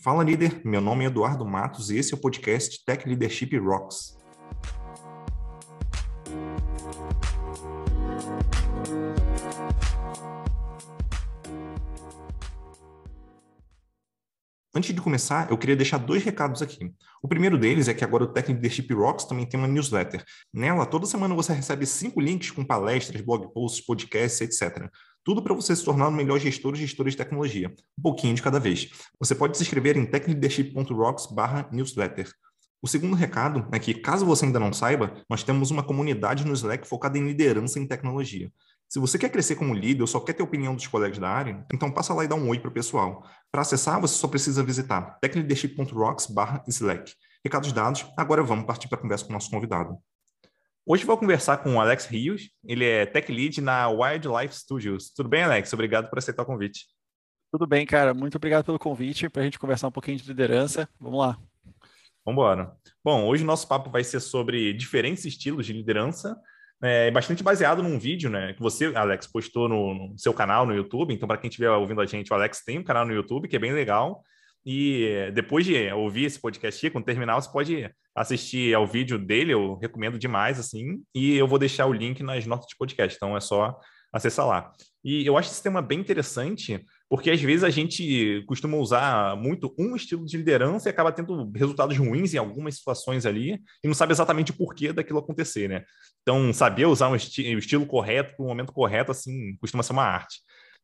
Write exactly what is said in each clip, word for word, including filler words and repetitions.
Fala, líder. Meu nome é Eduardo Matos e esse é o podcast Tech Leadership Rocks. Antes de começar, eu queria deixar dois recados aqui. O primeiro deles é que agora o Tech Leadership Rocks também tem uma newsletter. Nela, toda semana você recebe cinco links com palestras, blog posts, podcasts, etcétera. Tudo para você se tornar o melhor gestor ou gestora de tecnologia, um pouquinho de cada vez. Você pode se inscrever em techleadership ponto rocks barra newsletter. O segundo recado é que, caso você ainda não saiba, nós temos uma comunidade no Slack focada em liderança em tecnologia. Se você quer crescer como líder ou só quer ter a opinião dos colegas da área, então passa lá e dá um oi para o pessoal. Para acessar, você só precisa visitar techleadership ponto rocks barra slack. Recados dados, agora vamos partir para a conversa com o nosso convidado. Hoje vou conversar com o Alex Rios, ele é Tech Lead na Wildlife Studios. Tudo bem, Alex? Obrigado por aceitar o convite. Tudo bem, cara. Muito obrigado pelo convite, para a gente conversar um pouquinho de liderança. Vamos lá. Vamos embora. Bom, hoje o nosso papo vai ser sobre diferentes estilos de liderança, é bastante baseado num vídeo, né, que você, Alex, postou no, no seu canal no YouTube. Então, para quem estiver ouvindo a gente, o Alex tem um canal no YouTube que é bem legal. E depois de ouvir esse podcast, quando terminar, você pode assistir ao vídeo dele, eu recomendo demais, assim. E eu vou deixar o link nas notas de podcast, então é só acessar lá. E eu acho esse tema bem interessante, porque às vezes a gente costuma usar muito um estilo de liderança e acaba tendo resultados ruins em algumas situações ali e não sabe exatamente o porquê daquilo acontecer, né? Então, saber usar um esti- o estilo correto para o momento correto, assim, costuma ser uma arte.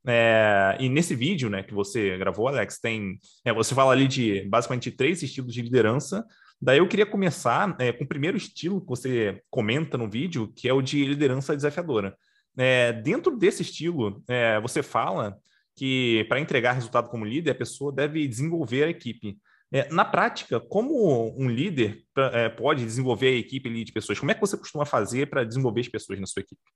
É, e nesse vídeo, né, que você gravou, Alex, tem, é, você fala ali de basicamente três estilos de liderança. Daí eu queria começar é, com o primeiro estilo que você comenta no vídeo, que é o de liderança desafiadora. É, dentro desse estilo, é, você fala que para entregar resultado como líder, a pessoa deve desenvolver a equipe. É, na prática, como um líder pra, é, pode desenvolver a equipe ali de pessoas? Como é que você costuma fazer para desenvolver as pessoas na sua equipe?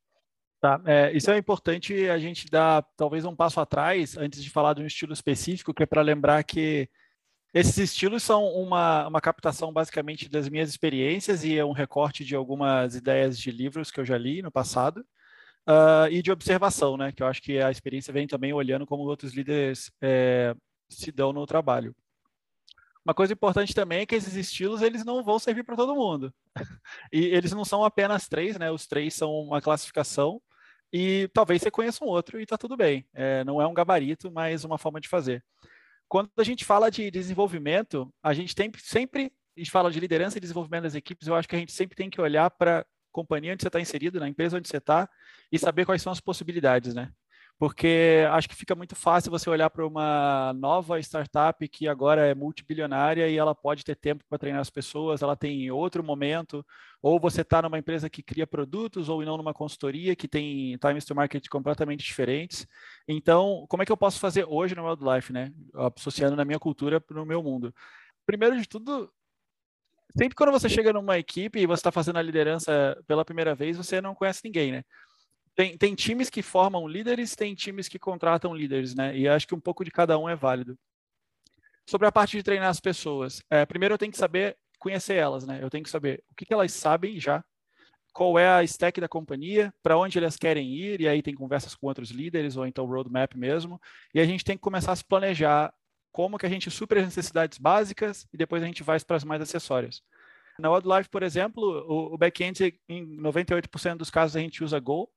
Tá, é, isso é importante a gente dar talvez um passo atrás antes de falar de um estilo específico, que é para lembrar que esses estilos são uma, uma captação basicamente das minhas experiências e é um recorte de algumas ideias de livros que eu já li no passado, uh, e de observação, né? Que eu acho que a experiência vem também olhando como outros líderes é, se dão no trabalho. Uma coisa importante também é que esses estilos eles não vão servir para todo mundo. E eles não são apenas três, né? Os três são uma classificação e talvez você conheça um outro e está tudo bem. É, não é um gabarito, mas uma forma de fazer. Quando a gente fala de desenvolvimento, a gente tem sempre, a gente fala de liderança e desenvolvimento das equipes, eu acho que a gente sempre tem que olhar para a companhia onde você está inserido, na empresa onde você está, e saber quais são as possibilidades, né? Porque acho que fica muito fácil você olhar para uma nova startup que agora é multibilionária e ela pode ter tempo para treinar as pessoas, ela tem outro momento, ou você está numa empresa que cria produtos, ou não numa consultoria que tem times to market completamente diferentes. Então, como é que eu posso fazer hoje no Wildlife, né? Associando na minha cultura no meu mundo. Primeiro de tudo, sempre quando você chega numa equipe e você está fazendo a liderança pela primeira vez, você não conhece ninguém, né? Tem, tem times que formam líderes, tem times que contratam líderes, né? E acho que um pouco de cada um é válido. Sobre a parte de treinar as pessoas, é, primeiro eu tenho que saber conhecer elas, né? Eu tenho que saber o que, que elas sabem já, qual é a stack da companhia, para onde elas querem ir, e aí tem conversas com outros líderes, ou então roadmap mesmo, e a gente tem que começar a se planejar como que a gente supre as necessidades básicas e depois a gente vai para as mais acessórias. Na Wildlife, por exemplo, o, o back-end, em noventa e oito por cento dos casos, a gente usa Go,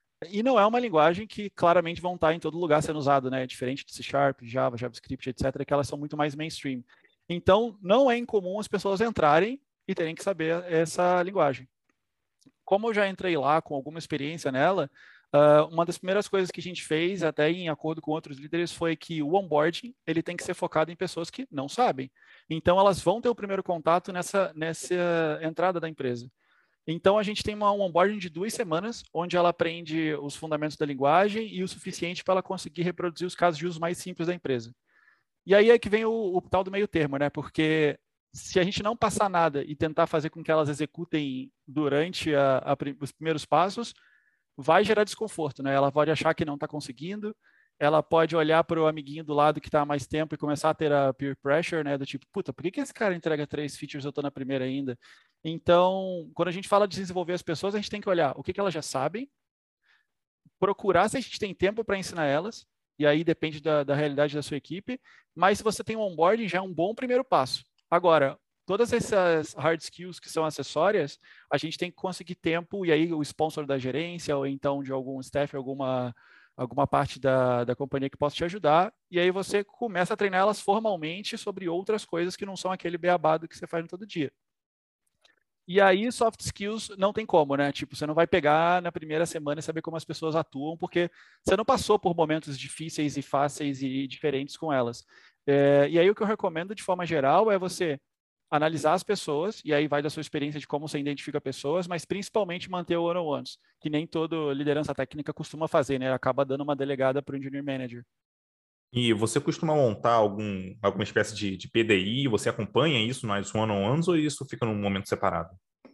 e não é uma linguagem que claramente vão estar em todo lugar sendo usado, né? Diferente de C Sharp, Java, JavaScript, etcétera, que elas são muito mais mainstream. Então, não é incomum as pessoas entrarem e terem que saber essa linguagem. Como eu já entrei lá com alguma experiência nela, uh, uma das primeiras coisas que a gente fez, até em acordo com outros líderes, foi que o onboarding ele tem que ser focado em pessoas que não sabem. Então, elas vão ter o primeiro contato nessa, nessa entrada da empresa. Então, a gente tem uma, um onboarding de duas semanas, onde ela aprende os fundamentos da linguagem e o suficiente para ela conseguir reproduzir os casos de uso mais simples da empresa. E aí é que vem o, o tal do meio termo, né? Porque se a gente não passar nada e tentar fazer com que elas executem durante a, a, os primeiros passos, vai gerar desconforto, né? Ela pode achar que não está conseguindo, ela pode olhar para o amiguinho do lado que está há mais tempo e começar a ter a peer pressure, né? Do tipo, puta, por que, que esse cara entrega três features e eu estou na primeira ainda? Então, quando a gente fala de desenvolver as pessoas, a gente tem que olhar o que, que elas já sabem, procurar se a gente tem tempo para ensinar elas, e aí depende da, da realidade da sua equipe, mas se você tem um onboarding, já é um bom primeiro passo. Agora, todas essas hard skills que são acessórias, a gente tem que conseguir tempo, e aí o sponsor da gerência, ou então de algum staff, alguma, alguma parte da, da companhia que possa te ajudar, e aí você começa a treinar elas formalmente sobre outras coisas que não são aquele beabado que você faz no todo dia. E aí, soft skills não tem como, né? Tipo, você não vai pegar na primeira semana e saber como as pessoas atuam, porque você não passou por momentos difíceis e fáceis e diferentes com elas. É, e aí, o que eu recomendo, de forma geral, é você analisar as pessoas, e aí vai da sua experiência de como você identifica pessoas, mas principalmente manter o one-on-ones, que nem toda liderança técnica costuma fazer, né? Acaba dando uma delegada para o engineer manager. E você costuma montar algum, alguma espécie de, de P D I? Você acompanha isso nas one-on-ones ou isso fica num momento separado?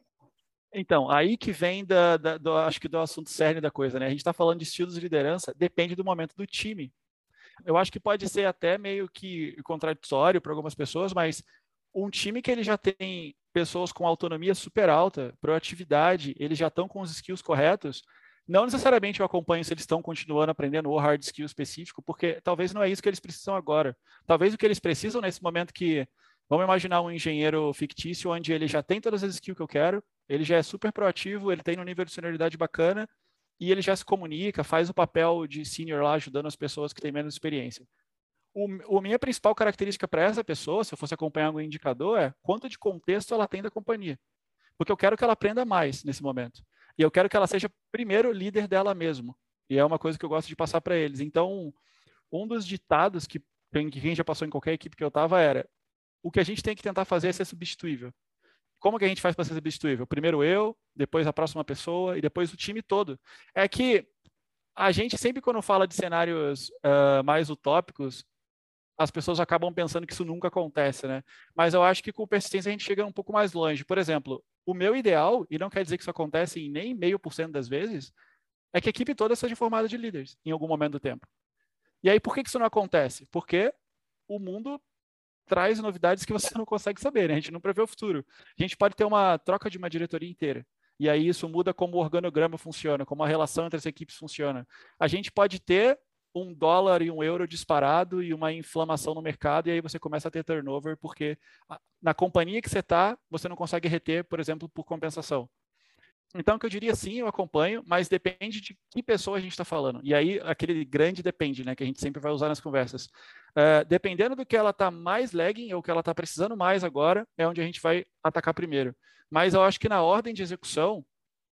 Então, aí que vem da, da, do, acho que do assunto cerne da coisa, né? A gente está falando de estilos de liderança, depende do momento do time. Eu acho que pode ser até meio que contraditório para algumas pessoas, mas um time que ele já tem pessoas com autonomia super alta, proatividade, eles já estão com os skills corretos, não necessariamente eu acompanho se eles estão continuando aprendendo o hard skill específico, porque talvez não é isso que eles precisam agora. Talvez o que eles precisam nesse momento que, vamos imaginar um engenheiro fictício onde ele já tem todas as skills que eu quero, ele já é super proativo, ele tem um nível de senioridade bacana, e ele já se comunica, faz o papel de senior lá, ajudando as pessoas que têm menos experiência. O, a minha principal característica para essa pessoa, se eu fosse acompanhar algum indicador, é quanto de contexto ela tem da companhia. Porque eu quero que ela aprenda mais nesse momento. E eu quero que ela seja, primeiro, líder dela mesmo. E é uma coisa que eu gosto de passar para eles. Então, um dos ditados que quem já passou em qualquer equipe que eu estava era: o que a gente tem que tentar fazer é ser substituível. Como que a gente faz para ser substituível? Primeiro eu, depois a próxima pessoa e depois o time todo. É que a gente sempre, quando fala de cenários uh, mais utópicos, as pessoas acabam pensando que isso nunca acontece, né? Mas eu acho que com persistência a gente chega um pouco mais longe. Por exemplo, o meu ideal, e não quer dizer que isso acontece em nem meio por cento das vezes, é que a equipe toda seja formada de líderes em algum momento do tempo. E aí, por que isso não acontece? Porque o mundo traz novidades que você não consegue saber, né? A gente não prevê o futuro. A gente pode ter uma troca de uma diretoria inteira. E aí isso muda como o organograma funciona, como a relação entre as equipes funciona. A gente pode ter um dólar e um euro disparado e uma inflamação no mercado, e aí você começa a ter turnover, porque na companhia que você está, você não consegue reter, por exemplo, por compensação. Então, o que eu diria, sim, eu acompanho, mas depende de que pessoa a gente está falando. E aí, aquele grande depende, né, que a gente sempre vai usar nas conversas. Uh, dependendo do que ela está mais lagging, ou que ela está precisando mais agora, é onde a gente vai atacar primeiro. Mas eu acho que na ordem de execução,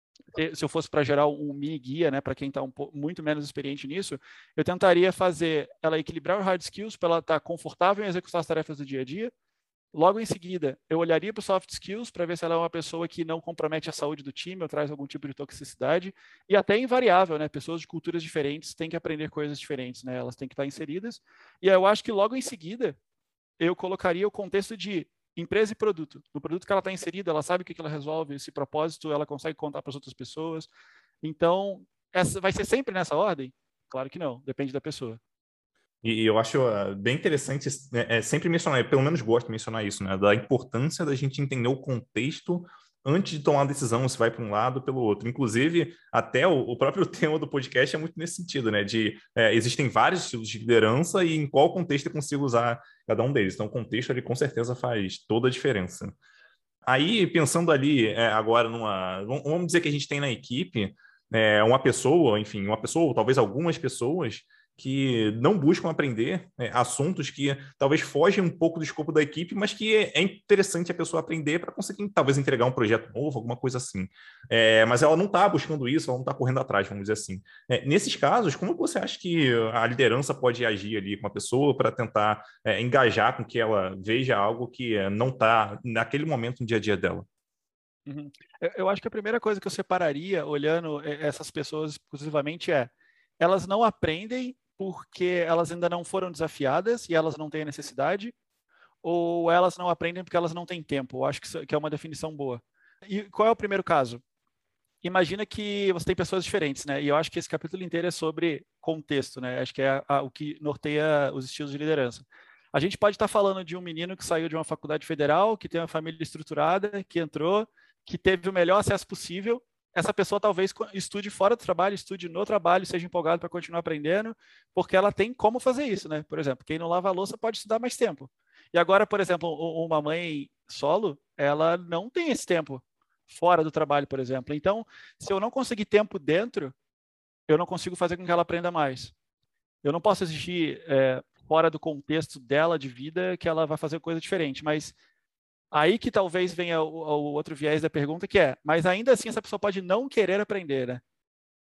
se eu fosse para gerar um mini guia, né, para quem está um muito menos experiente nisso, eu tentaria fazer ela equilibrar os hard skills para ela estar tá confortável em executar as tarefas do dia a dia. Logo em seguida, eu olharia para os soft skills para ver se ela é uma pessoa que não compromete a saúde do time ou traz algum tipo de toxicidade. E até invariável, né? Pessoas de culturas diferentes têm que aprender coisas diferentes, né? Elas têm que estar inseridas. E eu acho que logo em seguida, eu colocaria o contexto de empresa e produto. No produto que ela está inserida, ela sabe o que ela resolve, esse propósito, ela consegue contar para as outras pessoas. Então, essa vai ser sempre nessa ordem? Claro que não, depende da pessoa. E eu acho uh, bem interessante é, é, sempre mencionar, eu pelo menos gosto de mencionar isso, né? Da importância da gente entender o contexto antes de tomar a decisão se vai para um lado ou pelo outro. Inclusive, até o, o próprio tema do podcast é muito nesse sentido, né? De é, existem vários estilos de liderança e em qual contexto eu consigo usar cada um deles. Então, o contexto ali com certeza faz toda a diferença. Aí, pensando ali é, agora numa... Vamos dizer que a gente tem na equipe é, uma pessoa, enfim, uma pessoa, ou talvez algumas pessoas que não buscam aprender é, assuntos que talvez fogem um pouco do escopo da equipe, mas que é, é interessante a pessoa aprender para conseguir talvez entregar um projeto novo, alguma coisa assim. É, mas ela não está buscando isso, ela não está correndo atrás, vamos dizer assim. É, nesses casos, como você acha que a liderança pode agir ali com uma pessoa para tentar é, engajar com que ela veja algo que é, não está naquele momento no dia a dia dela? Uhum. Eu, eu acho que a primeira coisa que eu separaria, olhando essas pessoas exclusivamente, é elas não aprendem porque elas ainda não foram desafiadas e elas não têm a necessidade, ou elas não aprendem porque elas não têm tempo. Eu acho que, isso, que é uma definição boa. E qual é o primeiro caso? Imagina que você tem pessoas diferentes, né? E eu acho que esse capítulo inteiro é sobre contexto, né? Acho que é a, a, o que norteia os estilos de liderança. A gente pode estar falando de um menino que saiu de uma faculdade federal, que tem uma família estruturada, que entrou, que teve o melhor acesso possível, essa pessoa talvez estude fora do trabalho, estude no trabalho, seja empolgado para continuar aprendendo, porque ela tem como fazer isso, né? Por exemplo, quem não lava a louça pode estudar mais tempo. E agora, por exemplo, uma mãe solo, ela não tem esse tempo fora do trabalho, por exemplo. Então, se eu não conseguir tempo dentro, eu não consigo fazer com que ela aprenda mais. Eu não posso exigir é, fora do contexto dela de vida que ela vai fazer coisa diferente, mas aí que talvez venha o, o outro viés da pergunta, que é, mas ainda assim essa pessoa pode não querer aprender, né?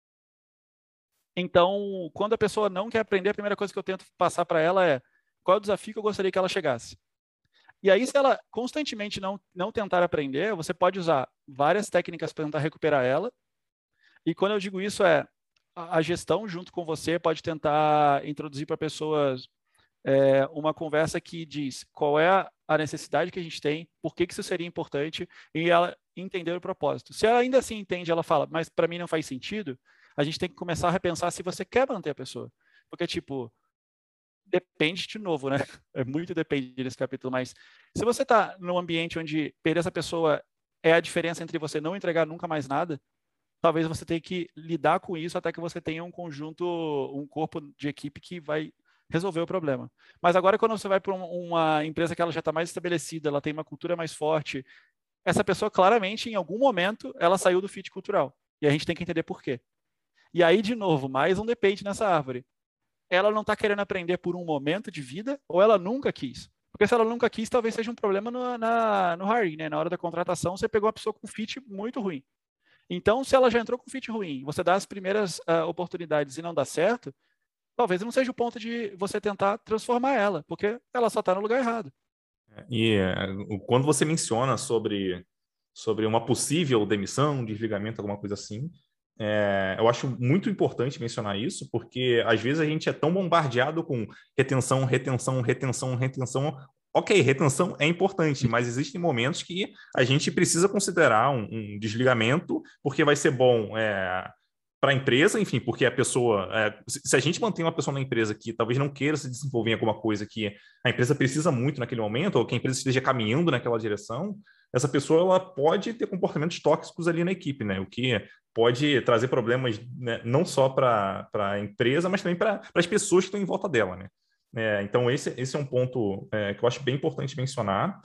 Então, quando a pessoa não quer aprender, a primeira coisa que eu tento passar para ela é qual é o desafio que eu gostaria que ela chegasse. E aí, se ela constantemente não, não tentar aprender, você pode usar várias técnicas para tentar recuperar ela. E quando eu digo isso, é a, a gestão junto com você pode tentar introduzir para pessoas é, uma conversa que diz qual é a necessidade que a gente tem, por que, que isso seria importante, e ela entender o propósito. Se ela ainda assim entende, ela fala, mas para mim não faz sentido, a gente tem que começar a repensar se você quer manter a pessoa. Porque, tipo, depende de novo, né? É muito depende desse capítulo, mas se você está num ambiente onde perder essa pessoa é a diferença entre você não entregar nunca mais nada, talvez você tenha que lidar com isso até que você tenha um conjunto, um corpo de equipe que vai resolver o problema. Mas agora, quando você vai para uma empresa que ela já está mais estabelecida, ela tem uma cultura mais forte, essa pessoa claramente, em algum momento, ela saiu do fit cultural. E a gente tem que entender por quê. E aí, de novo, mais um depende nessa árvore. Ela não está querendo aprender por um momento de vida ou ela nunca quis? Porque se ela nunca quis, talvez seja um problema no, na, no hiring, né? Na hora da contratação, você pegou uma pessoa com fit muito ruim. Então, se ela já entrou com fit ruim, você dá as primeiras uh, oportunidades e não dá certo, talvez não seja o ponto de você tentar transformar ela, porque ela só está no lugar errado. E quando você menciona sobre, sobre uma possível demissão, desligamento, alguma coisa assim, é, eu acho muito importante mencionar isso, porque às vezes a gente é tão bombardeado com retenção, retenção, retenção, retenção. Ok, retenção é importante, mas existem momentos que a gente precisa considerar um, um desligamento, porque vai ser bom é, para a empresa, enfim, porque a pessoa... É, se a gente mantém uma pessoa na empresa que talvez não queira se desenvolver em alguma coisa que a empresa precisa muito naquele momento, ou que a empresa esteja caminhando naquela direção, essa pessoa ela pode ter comportamentos tóxicos ali na equipe, né? O que pode trazer problemas, né, não só para a empresa, mas também para as pessoas que estão em volta dela, né? É, então, esse, esse é um ponto é, que eu acho bem importante mencionar.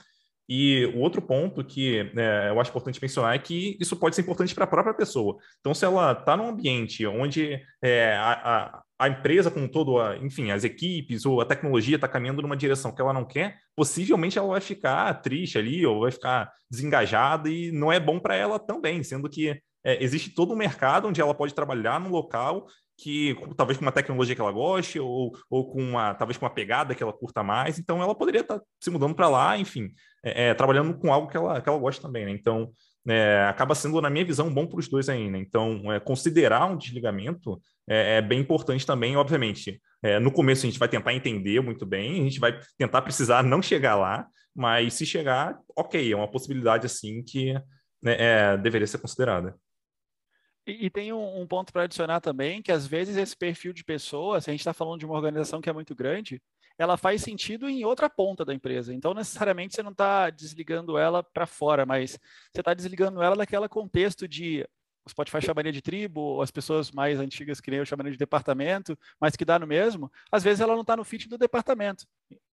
E o outro ponto que é, eu acho importante mencionar é que isso pode ser importante para a própria pessoa. Então, se ela está num ambiente onde é, a, a, a empresa como um todo, a, enfim, as equipes ou a tecnologia está caminhando numa direção que ela não quer, possivelmente ela vai ficar triste ali ou vai ficar desengajada e não é bom para ela também, sendo que é, existe todo um mercado onde ela pode trabalhar num local que talvez com uma tecnologia que ela goste ou, ou com uma talvez com uma pegada que ela curta mais, então ela poderia estar tá se mudando para lá, enfim, é, é, trabalhando com algo que ela, que ela gosta também, né? Então é, acaba sendo, na minha visão, bom para os dois aí, né? Então é, considerar um desligamento é, é bem importante também, obviamente. É, no começo a gente vai tentar entender muito bem, a gente vai tentar precisar não chegar lá, mas se chegar, ok, é uma possibilidade assim que né, é, deveria ser considerada. E, e tem um, um ponto para adicionar também, que às vezes esse perfil de pessoa, se a gente está falando de uma organização que é muito grande, ela faz sentido em outra ponta da empresa. Então, necessariamente, você não está desligando ela para fora, mas você está desligando ela daquele contexto de o Spotify chamaria de tribo, ou as pessoas mais antigas que nem eu chamariam de departamento, mas que dá no mesmo. Às vezes ela não está no fit do departamento.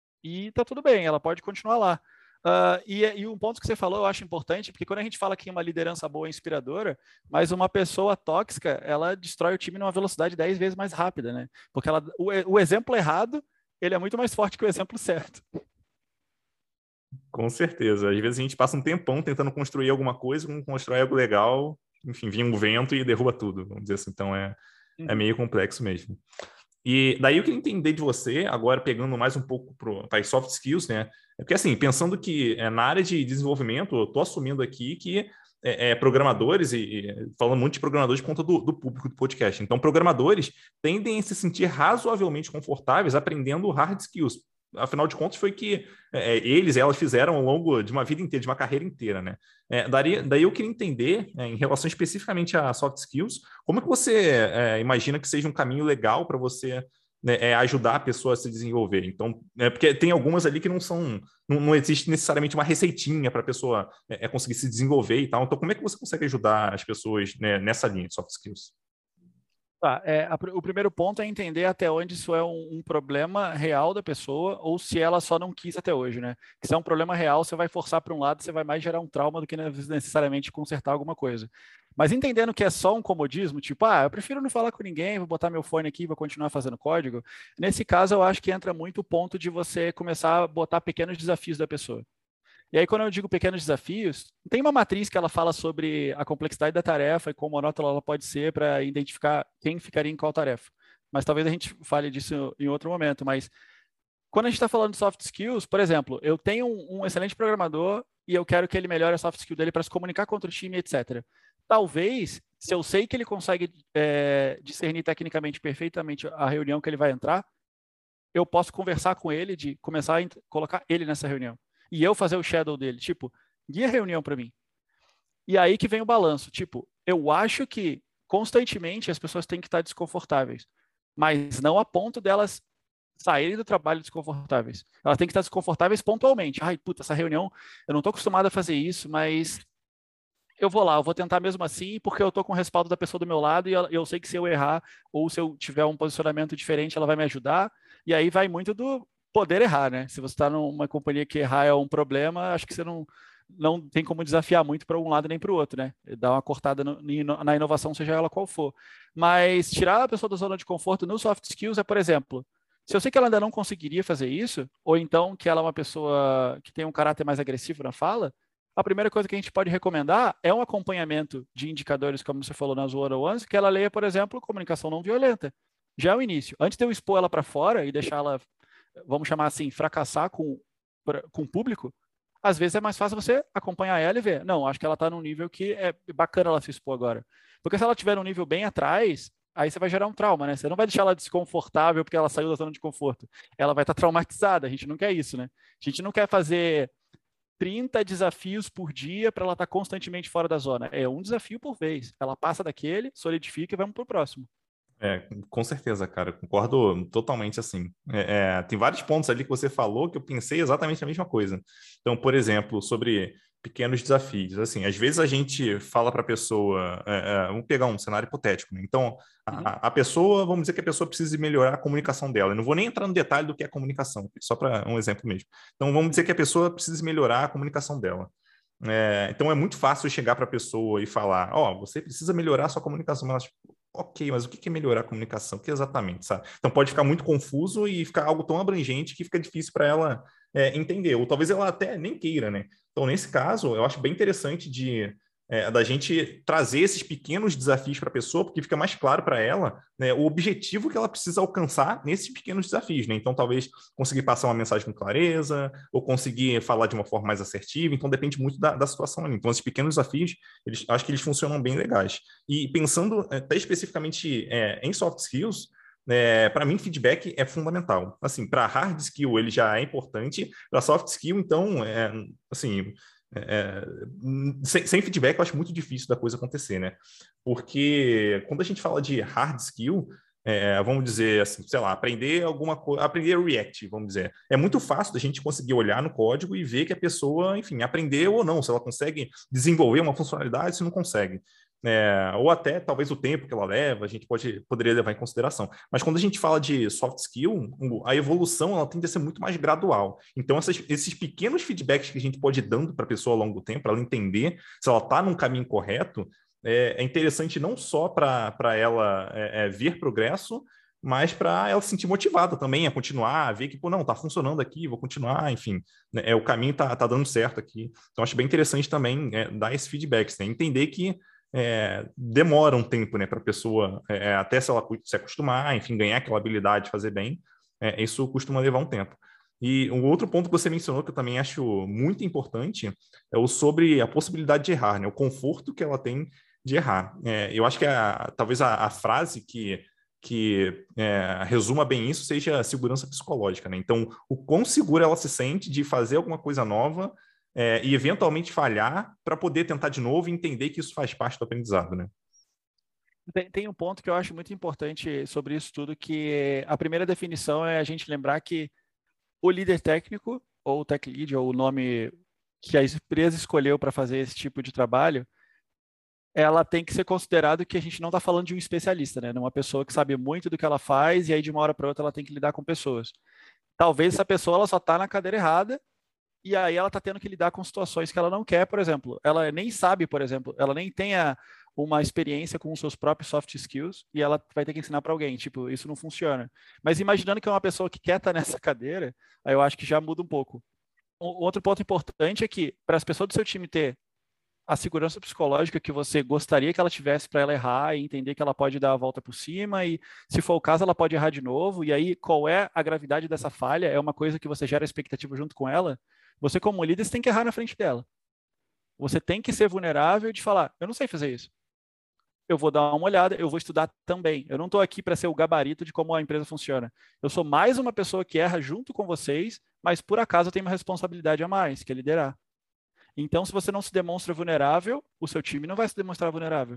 E está tudo bem, ela pode continuar lá. Uh, e, e um ponto que você falou eu acho importante, porque quando a gente fala que uma liderança boa é inspiradora, mas uma pessoa tóxica, ela destrói o time numa velocidade dez vezes mais rápida, né? Porque ela, o, o exemplo errado, ele é muito mais forte que o exemplo certo. Com certeza. Às vezes a gente passa um tempão tentando construir alguma coisa, constrói algo legal, enfim, vem um vento e derruba tudo, vamos dizer assim. Então é, uhum. é meio complexo mesmo. E daí eu queria entender de você, agora pegando mais um pouco para as soft skills, né? Porque assim, pensando que é, na área de desenvolvimento, eu estou assumindo aqui que é, é, programadores, e, e falando muito de programadores por conta do, do público do podcast, então programadores tendem a se sentir razoavelmente confortáveis aprendendo hard skills. Afinal de contas, foi que é, eles elas fizeram ao longo de uma vida inteira, de uma carreira inteira, né? É, daí, daí eu queria entender, é, em relação especificamente a soft skills, como é que você é, imagina que seja um caminho legal para você né, é ajudar a pessoa a se desenvolver. Então, é porque tem algumas ali que não são, não, não existe necessariamente uma receitinha para a pessoa é, é conseguir se desenvolver e tal. Então, como é que você consegue ajudar as pessoas, né, nessa linha de soft skills? Tá, é, a, o primeiro ponto é entender até onde isso é um, um problema real da pessoa ou se ela só não quis até hoje, né? Se é um problema real, você vai forçar para um lado, você vai mais gerar um trauma do que necessariamente consertar alguma coisa. Mas entendendo que é só um comodismo, tipo, ah, eu prefiro não falar com ninguém, vou botar meu fone aqui e vou continuar fazendo código. Nesse caso, eu acho que entra muito o ponto de você começar a botar pequenos desafios da pessoa. E aí, quando eu digo pequenos desafios, tem uma matriz que ela fala sobre a complexidade da tarefa e quão monótona ela pode ser para identificar quem ficaria em qual tarefa. Mas talvez a gente fale disso em outro momento. Mas quando a gente está falando de soft skills, por exemplo, eu tenho um, um excelente programador e eu quero que ele melhore a soft skill dele para se comunicar contra o time, etcétera. Talvez, se eu sei que ele consegue é, discernir tecnicamente perfeitamente a reunião que ele vai entrar, eu posso conversar com ele de começar a colocar ele nessa reunião. E eu fazer o shadow dele, tipo, guia a reunião para mim. E aí que vem o balanço, tipo, eu acho que constantemente as pessoas têm que estar desconfortáveis, mas não a ponto delas saírem do trabalho desconfortáveis. Elas têm que estar desconfortáveis pontualmente. Ai, puta, essa reunião, eu não estou acostumado a fazer isso, mas eu vou lá, eu vou tentar mesmo assim, porque eu estou com o respaldo da pessoa do meu lado e eu sei que se eu errar ou se eu tiver um posicionamento diferente, ela vai me ajudar. E aí vai muito do poder errar, né? Se você está numa companhia que errar é um problema, acho que você não, não tem como desafiar muito para um lado nem para o outro, né? Dar uma cortada no, na inovação, seja ela qual for. Mas tirar a pessoa da zona de conforto no soft skills é, por exemplo, se eu sei que ela ainda não conseguiria fazer isso, ou então que ela é uma pessoa que tem um caráter mais agressivo na fala, a primeira coisa que a gente pode recomendar é um acompanhamento de indicadores, como você falou nas one-on-ones, que ela leia, por exemplo, comunicação não violenta. Já é o início. Antes de eu expor ela para fora e deixar ela, vamos chamar assim, fracassar com, com o público, às vezes é mais fácil você acompanhar ela e ver. Não, acho que ela está num nível que é bacana ela se expor agora. Porque se ela estiver num nível bem atrás, aí você vai gerar um trauma, né? Você não vai deixar ela desconfortável porque ela saiu da zona de conforto. Ela vai estar traumatizada. A gente não quer isso, né? A gente não quer fazer trinta desafios por dia para ela estar constantemente fora da zona. É um desafio por vez. Ela passa daquele, solidifica e vamos para o próximo. É, com certeza, cara, concordo totalmente assim. É, é, tem vários pontos ali que você falou que eu pensei exatamente a mesma coisa. Então, por exemplo, sobre pequenos desafios. Assim, às vezes a gente fala para a pessoa, é, é, vamos pegar um cenário hipotético, né? Então, Uhum. a, a pessoa, vamos dizer que a pessoa precisa melhorar a comunicação dela. Eu não vou nem entrar no detalhe do que é comunicação, só para um exemplo mesmo. Então, vamos dizer que a pessoa precisa melhorar a comunicação dela. É, então é muito fácil chegar para a pessoa e falar, ó, oh, você precisa melhorar a sua comunicação. Mas, tipo, ok, mas o que é melhorar a comunicação? O que exatamente, sabe? Então pode ficar muito confuso e ficar algo tão abrangente que fica difícil para ela é, entender, ou talvez ela até nem queira, né? Então, nesse caso, eu acho bem interessante de é, da gente trazer esses pequenos desafios para a pessoa, porque fica mais claro para ela, né, o objetivo que ela precisa alcançar nesses pequenos desafios, né? Então, talvez conseguir passar uma mensagem com clareza, ou conseguir falar de uma forma mais assertiva. Então, depende muito da, da situação ali. Então, esses pequenos desafios, eles, acho que eles funcionam bem legais. E pensando até especificamente é, em soft skills, é, para mim, feedback é fundamental. Assim, para hard skill ele já é importante, para soft skill, então, é, assim, é, sem, sem feedback eu acho muito difícil da coisa acontecer, né? Porque quando a gente fala de hard skill, é, vamos dizer assim, sei lá, aprender alguma coisa, aprender React, vamos dizer. É muito fácil da gente conseguir olhar no código e ver que a pessoa, enfim, aprendeu ou não, se ela consegue desenvolver uma funcionalidade, se não consegue. É, ou até talvez o tempo que ela leva, a gente pode, poderia levar em consideração. Mas quando a gente fala de soft skill, a evolução ela tende a ser muito mais gradual. Então, essas, esses pequenos feedbacks que a gente pode ir dando para a pessoa ao longo do tempo, para ela entender se ela está num caminho correto, é, é interessante não só para ela é, é, ver progresso, mas para ela se sentir motivada também a continuar, a ver que, pô, não, tá funcionando aqui, vou continuar, enfim, né, é, o caminho tá, tá dando certo aqui. Então, acho bem interessante também é, dar esses feedbacks, né, entender que é, demora um tempo, né, para a pessoa, é, até se ela se acostumar, enfim, ganhar aquela habilidade de fazer bem, é, isso costuma levar um tempo. E um outro ponto que você mencionou, que eu também acho muito importante, é o sobre a possibilidade de errar, né, o conforto que ela tem de errar. É, eu acho que a, talvez a, a frase que, que é, resuma bem isso seja a segurança psicológica, né? Então, o quão segura ela se sente de fazer alguma coisa nova é, e eventualmente falhar para poder tentar de novo e entender que isso faz parte do aprendizado, né? Tem, tem um ponto que eu acho muito importante sobre isso tudo, que a primeira definição é a gente lembrar que o líder técnico, ou o tech lead, ou o nome que a empresa escolheu para fazer esse tipo de trabalho, ela tem que ser considerado que a gente não está falando de um especialista, né? De uma pessoa que sabe muito do que ela faz e aí de uma hora para outra ela tem que lidar com pessoas. Talvez essa pessoa ela só está na cadeira errada e aí ela está tendo que lidar com situações que ela não quer, por exemplo. Ela nem sabe, por exemplo, ela nem tenha uma experiência com os seus próprios soft skills e ela vai ter que ensinar para alguém. Tipo, isso não funciona. Mas imaginando que é uma pessoa que quer estar nessa cadeira, aí eu acho que já muda um pouco. O outro ponto importante é que para as pessoas do seu time ter a segurança psicológica que você gostaria que ela tivesse para ela errar e entender que ela pode dar a volta por cima e, se for o caso, ela pode errar de novo. E aí, qual é a gravidade dessa falha? É uma coisa que você gera expectativa junto com ela. Você, como líder, você tem que errar na frente dela. Você tem que ser vulnerável de falar: eu não sei fazer isso. Eu vou dar uma olhada, eu vou estudar também. Eu não estou aqui para ser o gabarito de como a empresa funciona. Eu sou mais uma pessoa que erra junto com vocês, mas por acaso eu tenho uma responsabilidade a mais, que é liderar. Então, se você não se demonstra vulnerável, o seu time não vai se demonstrar vulnerável.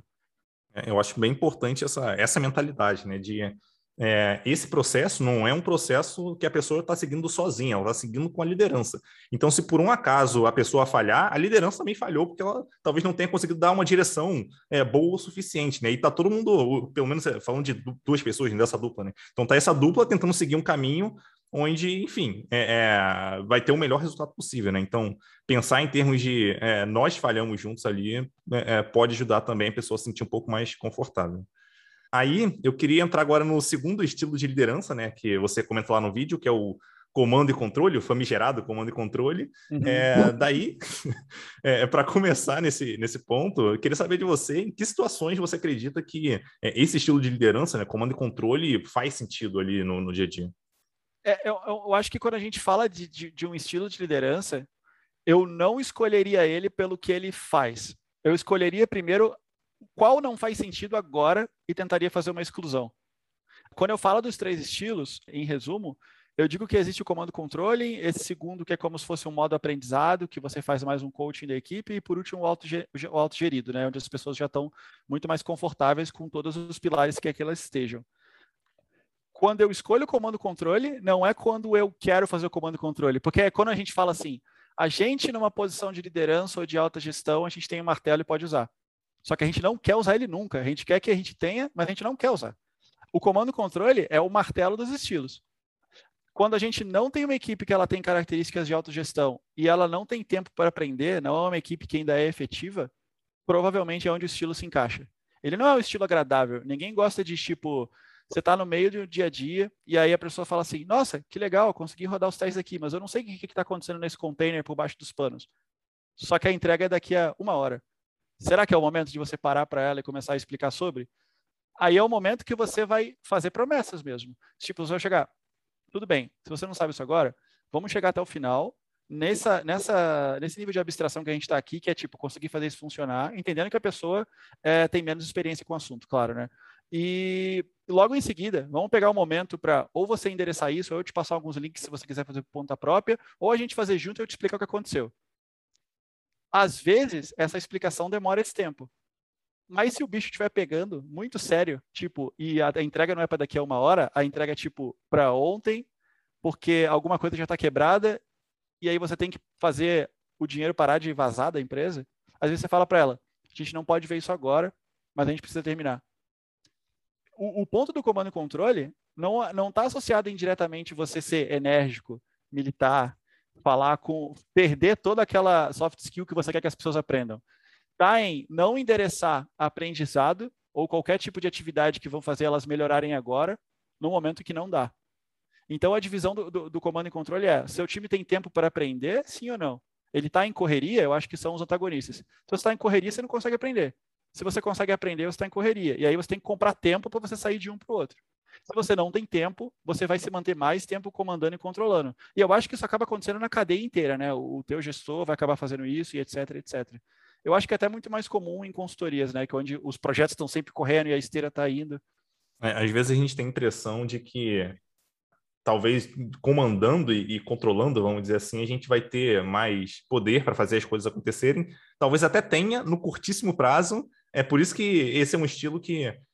Eu acho bem importante essa, essa mentalidade, né? De é, esse processo não é um processo que a pessoa está seguindo sozinha, ela está seguindo com a liderança. Então, se por um acaso a pessoa falhar, a liderança também falhou, porque ela talvez não tenha conseguido dar uma direção é, boa o suficiente, né? E tá todo mundo, pelo menos falando de duas pessoas dessa dupla, né? Então tá essa dupla tentando seguir um caminho onde, enfim, é, é, vai ter o melhor resultado possível, né? Então, pensar em termos de é, nós falhamos juntos ali é, é, pode ajudar também a pessoa a se sentir um pouco mais confortável. Aí, eu queria entrar agora no segundo estilo de liderança, né? Que você comentou lá no vídeo, que é o comando e controle, o famigerado comando e controle. Uhum. É, daí, é, para começar nesse, nesse ponto, eu queria saber de você em que situações você acredita que é, esse estilo de liderança, né, comando e controle, faz sentido ali no, no dia a dia. É, eu, eu acho que quando a gente fala de, de, de um estilo de liderança, eu não escolheria ele pelo que ele faz. Eu escolheria primeiro qual não faz sentido agora e tentaria fazer uma exclusão. Quando eu falo dos três estilos, em resumo, eu digo que existe o comando-controle, esse segundo que é como se fosse um modo aprendizado, que você faz mais um coaching da equipe, e por último o autogerido, né, onde as pessoas já estão muito mais confortáveis com todos os pilares que elas estejam. Quando eu escolho o comando-controle, não é quando eu quero fazer o comando-controle, porque é quando a gente fala assim, a gente numa posição de liderança ou de alta gestão, a gente tem um martelo e pode usar. Só que a gente não quer usar ele nunca, a gente quer que a gente tenha, mas a gente não quer usar. O comando-controle é o martelo dos estilos. Quando a gente não tem uma equipe que ela tem características de autogestão e ela não tem tempo para aprender, não é uma equipe que ainda é efetiva, provavelmente é onde o estilo se encaixa. Ele não é um estilo agradável. Ninguém gosta de, tipo, você está no meio do dia a dia e aí a pessoa fala assim, nossa, que legal, consegui rodar os testes aqui, mas eu não sei o que está acontecendo nesse container por baixo dos panos. Só que a entrega é daqui a uma hora. Será que é o momento de você parar para ela e começar a explicar sobre? Aí é o momento que você vai fazer promessas mesmo. Tipo, você vai chegar, tudo bem, se você não sabe isso agora, vamos chegar até o final, nessa, nessa, nesse nível de abstração que a gente está aqui, que é tipo, conseguir fazer isso funcionar, entendendo que a pessoa é, tem menos experiência com o assunto, claro, né? E logo em seguida, vamos pegar um momento para ou você endereçar isso, ou eu te passar alguns links se você quiser fazer por conta própria, ou a gente fazer junto e eu te explicar o que aconteceu. Às vezes, essa explicação demora esse tempo. Mas se o bicho estiver pegando muito sério, tipo, e a, a entrega não é para daqui a uma hora, a entrega é tipo para ontem, porque alguma coisa já está quebrada, e aí você tem que fazer o dinheiro parar de vazar da empresa, às vezes você fala para ela, a gente não pode ver isso agora, mas a gente precisa terminar. O, o ponto do comando e controle não não está associado indiretamente você ser enérgico, militar, falar com, perder toda aquela soft skill que você quer que as pessoas aprendam. Está em não endereçar aprendizado ou qualquer tipo de atividade que vão fazer elas melhorarem agora, no momento que não dá. Então, a divisão do, do, do comando e controle é, seu time tem tempo para aprender, sim ou não? Ele está em correria, eu acho que são os antagonistas. Se você está em correria, você não consegue aprender. Se você consegue aprender, você está em correria. E aí você tem que comprar tempo para você sair de um para o outro. Se você não tem tempo, você vai se manter mais tempo comandando e controlando. E eu acho que isso acaba acontecendo na cadeia inteira, né? O teu gestor vai acabar fazendo isso e etc, etcétera. Eu acho que é até muito mais comum em consultorias, né? Que é onde os projetos estão sempre correndo e a esteira está indo. É, às vezes a gente tem a impressão de que talvez comandando e, e controlando, vamos dizer assim, a gente vai ter mais poder para fazer as coisas acontecerem. Talvez até tenha no curtíssimo prazo. É por isso que esse é um estilo que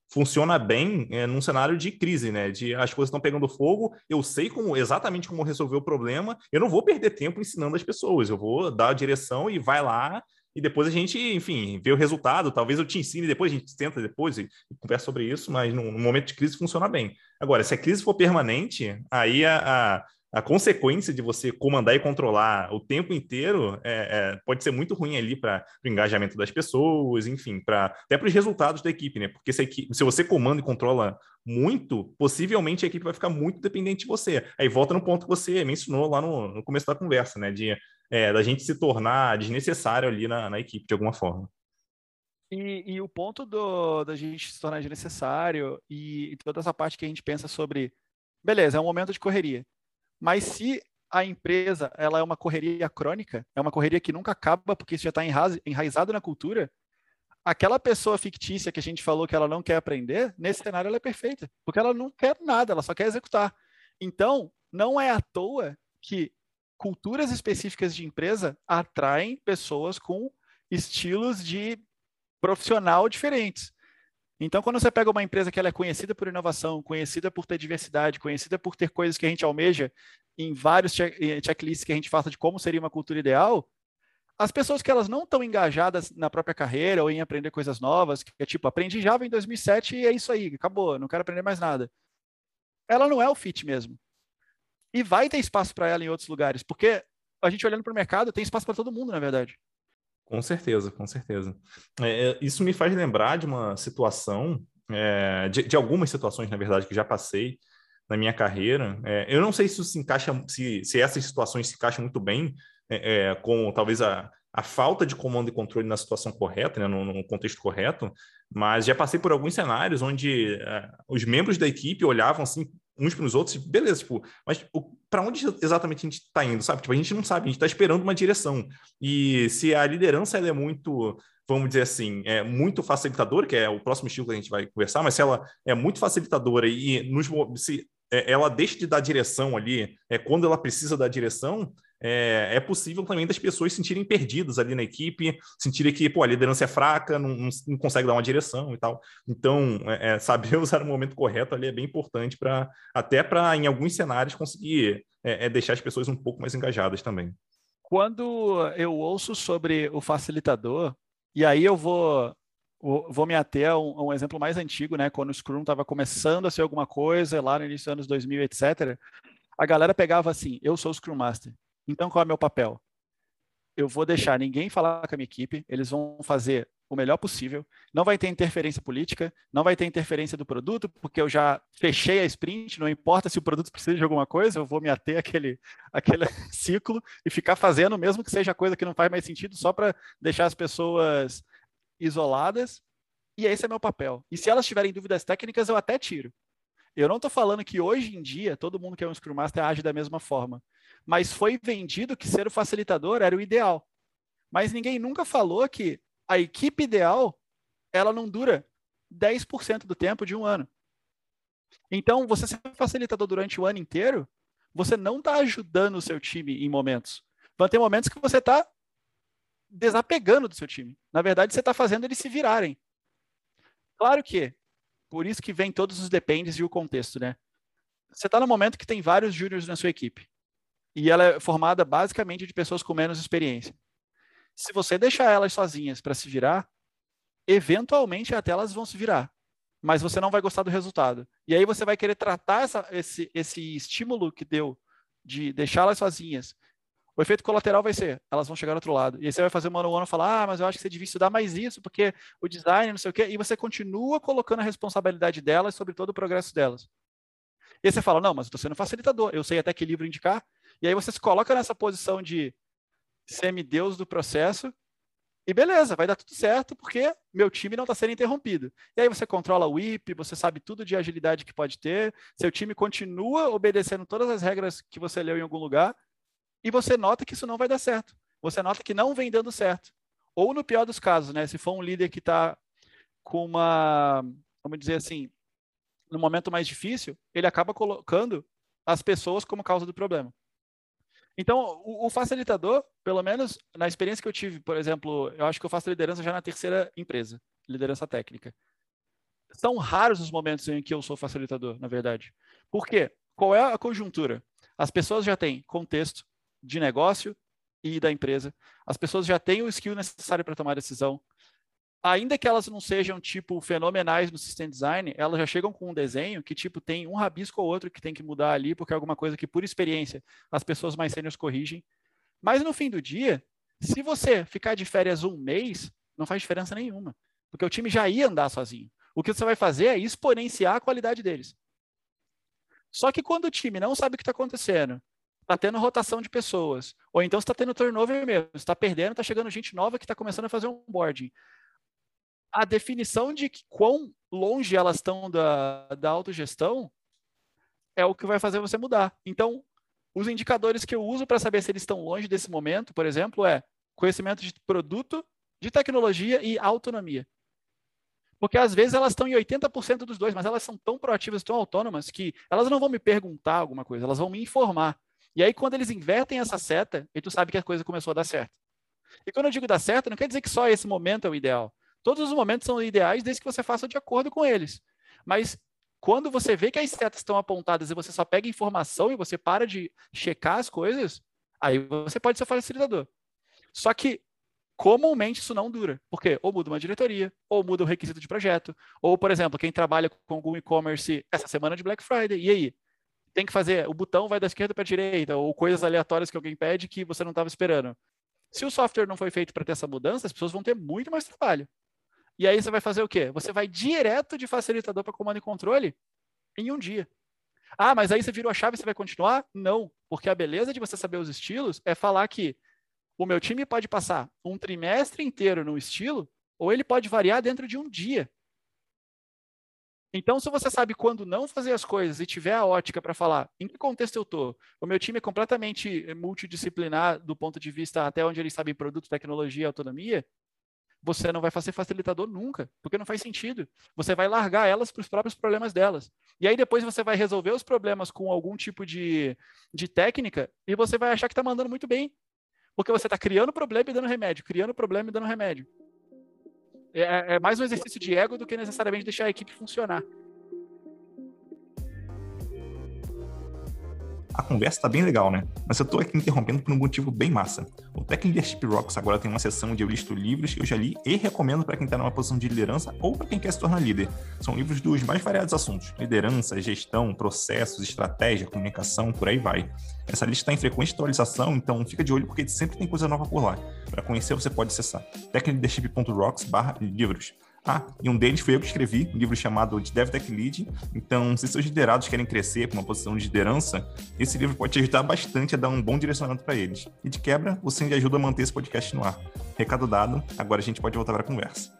funciona bem é, num cenário de crise, né? De as coisas estão pegando fogo, eu sei como exatamente como resolver o problema, eu não vou perder tempo ensinando as pessoas, eu vou dar a direção e vai lá, e depois a gente, enfim, vê o resultado. Talvez eu te ensine depois, a gente tenta depois e, e conversa sobre isso, mas no, no momento de crise funciona bem. Agora, se a crise for permanente, aí a, a a consequência de você comandar e controlar o tempo inteiro é, é, pode ser muito ruim ali para o engajamento das pessoas, enfim, pra, até para os resultados da equipe, né? Porque se, equipe, se você comanda e controla muito, possivelmente a equipe vai ficar muito dependente de você. Aí volta no ponto que você mencionou lá no, no começo da conversa, né? De, é, da gente se tornar desnecessário ali na, na equipe, de alguma forma. E, e o ponto do, da gente se tornar desnecessário e, e toda essa parte que a gente pensa sobre, beleza, é um momento de correria. Mas se a empresa ela é uma correria crônica, é uma correria que nunca acaba porque isso já está enraizado na cultura, aquela pessoa fictícia que a gente falou que ela não quer aprender, nesse cenário ela é perfeita, porque ela não quer nada, ela só quer executar. Então, não é à toa que culturas específicas de empresa atraem pessoas com estilos de profissional diferentes. Então, quando você pega uma empresa que ela é conhecida por inovação, conhecida por ter diversidade, conhecida por ter coisas que a gente almeja em vários checklists que a gente faça de como seria uma cultura ideal, as pessoas que elas não estão engajadas na própria carreira ou em aprender coisas novas, que é tipo, aprendi Java em dois mil e sete e é isso aí, acabou, não quero aprender mais nada. Ela não é o fit mesmo. E vai ter espaço para ela em outros lugares, porque a gente olhando para o mercado, tem espaço para todo mundo, na verdade. Com certeza, com certeza. É, isso me faz lembrar de uma situação, é, de, de algumas situações, na verdade, que já passei na minha carreira. É, eu não sei se isso se encaixa, se, se essas situações se encaixam muito bem é, é, com talvez a, a falta de comando e controle na situação correta, né, no, no contexto correto, mas já passei por alguns cenários onde é, os membros da equipe olhavam assim uns para os outros, e beleza, tipo, mas para onde exatamente a gente está indo, sabe? Tipo, a gente não sabe, a gente está esperando uma direção. E se a liderança ela é muito, vamos dizer assim, é muito facilitadora, que é o próximo estilo que a gente vai conversar, mas se ela é muito facilitadora e nos, se ela deixa de dar direção ali, é quando ela precisa dar direção, é, é possível também das pessoas se sentirem perdidas ali na equipe, sentirem que pô, a liderança é fraca, não, não, não consegue dar uma direção e tal. Então, é, é, saber usar o momento correto ali é bem importante para até para, em alguns cenários, conseguir é, é deixar as pessoas um pouco mais engajadas também. Quando eu ouço sobre o facilitador, e aí eu vou, vou me ater a um, a um exemplo mais antigo, né? Quando o Scrum estava começando a ser alguma coisa, lá no início dos anos dois mil, etcétera, a galera pegava assim, eu sou o Scrum Master, então qual é o meu papel? Eu vou deixar ninguém falar com a minha equipe, eles vão fazer o melhor possível, não vai ter interferência política, não vai ter interferência do produto, porque eu já fechei a sprint, não importa se o produto precisa de alguma coisa, eu vou me ater àquele, àquele ciclo e ficar fazendo, mesmo que seja coisa que não faz mais sentido, só para deixar as pessoas isoladas, e esse é meu papel. E se elas tiverem dúvidas técnicas, eu até tiro. Eu não estou falando que hoje em dia todo mundo que é um Scrum Master age da mesma forma, mas foi vendido que ser o facilitador era o ideal. Mas ninguém nunca falou que a equipe ideal ela não dura dez por cento do tempo de um ano. Então, você ser facilitador durante o ano inteiro, você não está ajudando o seu time em momentos. Vão ter momentos que você está desapegando do seu time. Na verdade, você está fazendo eles se virarem. Claro que, por isso que vem todos os dependes e o contexto, né? Você está no momento que tem vários júniors na sua equipe. E ela é formada basicamente de pessoas com menos experiência. Se você deixar elas sozinhas para se virar, eventualmente até elas vão se virar. Mas você não vai gostar do resultado. E aí você vai querer tratar essa, esse, esse estímulo que deu de deixá-las sozinhas. O efeito colateral vai ser, elas vão chegar do outro lado. E aí você vai fazer uma one-on-one e falar, ah, mas eu acho que você devia estudar mais isso, porque o design, não sei o quê. E você continua colocando a responsabilidade delas sobre todo o progresso delas. E aí você fala, não, mas eu estou sendo facilitador, eu sei até que livro indicar. E aí você se coloca nessa posição de semideus do processo e beleza, vai dar tudo certo porque meu time não está sendo interrompido. E aí você controla o W I P, você sabe tudo de agilidade que pode ter, seu time continua obedecendo todas as regras que você leu em algum lugar e você nota que isso não vai dar certo. Você nota que não vem dando certo. Ou no pior dos casos, né? Se for um líder que está com uma, vamos dizer assim, no momento mais difícil, ele acaba colocando as pessoas como causa do problema. Então, o, o facilitador, pelo menos na experiência que eu tive, por exemplo, eu acho que eu faço liderança já na terceira empresa, liderança técnica. são raros os momentos em que eu sou facilitador, na verdade. Por quê? Qual é a conjuntura? As pessoas já têm contexto de negócio e da empresa. As pessoas já têm o skill necessário para tomar decisão. Ainda que elas não sejam, tipo, fenomenais no system design, elas já chegam com um desenho que, tipo, tem um rabisco ou outro que tem que mudar ali, porque é alguma coisa que, por experiência, as pessoas mais sêniores corrigem. Mas, no fim do dia, se você ficar de férias um mês, não faz diferença nenhuma, porque o time já ia andar sozinho. O que você vai fazer é exponenciar a qualidade deles. Só que quando o time não sabe o que está acontecendo, está tendo rotação de pessoas, ou então está tendo turnover mesmo, está perdendo, está chegando gente nova que está começando a fazer um onboarding. A definição de que quão longe elas estão da, da autogestão é o que vai fazer você mudar. Então, os indicadores que eu uso para saber se eles estão longe desse momento, por exemplo, é conhecimento de produto, de tecnologia e autonomia. Porque às vezes elas estão em oitenta por cento dos dois, mas elas são tão proativas, tão autônomas, que elas não vão me perguntar alguma coisa, elas vão me informar. E aí, quando eles invertem essa seta, aí tu sabe que a coisa começou a dar certo. E quando eu digo dar certo, não quer dizer que só esse momento é o ideal. Todos os momentos são ideais desde que você faça de acordo com eles. Mas quando você vê que as setas estão apontadas e você só pega informação e você para de checar as coisas, aí você pode ser facilitador. Só que comumente isso não dura, porque ou muda uma diretoria, ou muda o requisito de projeto, ou, por exemplo, quem trabalha com algum e-commerce essa semana de Black Friday, e aí? Tem que fazer, o botão vai da esquerda para a direita, ou coisas aleatórias que alguém pede que você não estava esperando. Se o software não foi feito para ter essa mudança, as pessoas vão ter muito mais trabalho. E aí você vai fazer o quê? Você vai direto de facilitador para comando e controle em um dia. Ah, mas aí você virou a chave e você vai continuar? Não, porque a beleza de você saber os estilos é falar que o meu time pode passar um trimestre inteiro no estilo, ou ele pode variar dentro de um dia. Então, se você sabe quando não fazer as coisas e tiver a ótica para falar em que contexto eu estou, o meu time é completamente multidisciplinar do ponto de vista até onde eles sabem produto, tecnologia e autonomia, você não vai fazer facilitador nunca, porque não faz sentido. Você vai largar elas para os próprios problemas delas. E aí depois você vai resolver os problemas com algum tipo de, de técnica e você vai achar que está mandando muito bem. Porque você está criando problema e dando remédio, criando problema e dando remédio. É, é mais um exercício de ego do que necessariamente deixar a equipe funcionar. A conversa tá bem legal, né? Mas eu tô aqui interrompendo por um motivo bem massa. O Tech Leadership Rocks agora tem uma seção onde eu listo livros que eu já li e recomendo para quem tá numa posição de liderança ou para quem quer se tornar líder. São livros dos mais variados assuntos: liderança, gestão, processos, estratégia, comunicação, por aí vai. Essa lista está em frequente atualização, então fica de olho porque sempre tem coisa nova por lá. Para conhecer, você pode acessar tech leadership ponto rocks barra livros. Ah, e um deles foi eu que escrevi, um livro chamado de DevTech Lead. Então, se seus liderados querem crescer para uma posição de liderança, esse livro pode te ajudar bastante a dar um bom direcionamento para eles. E de quebra, você ainda ajuda a manter esse podcast no ar. Recado dado, agora a gente pode voltar para a conversa.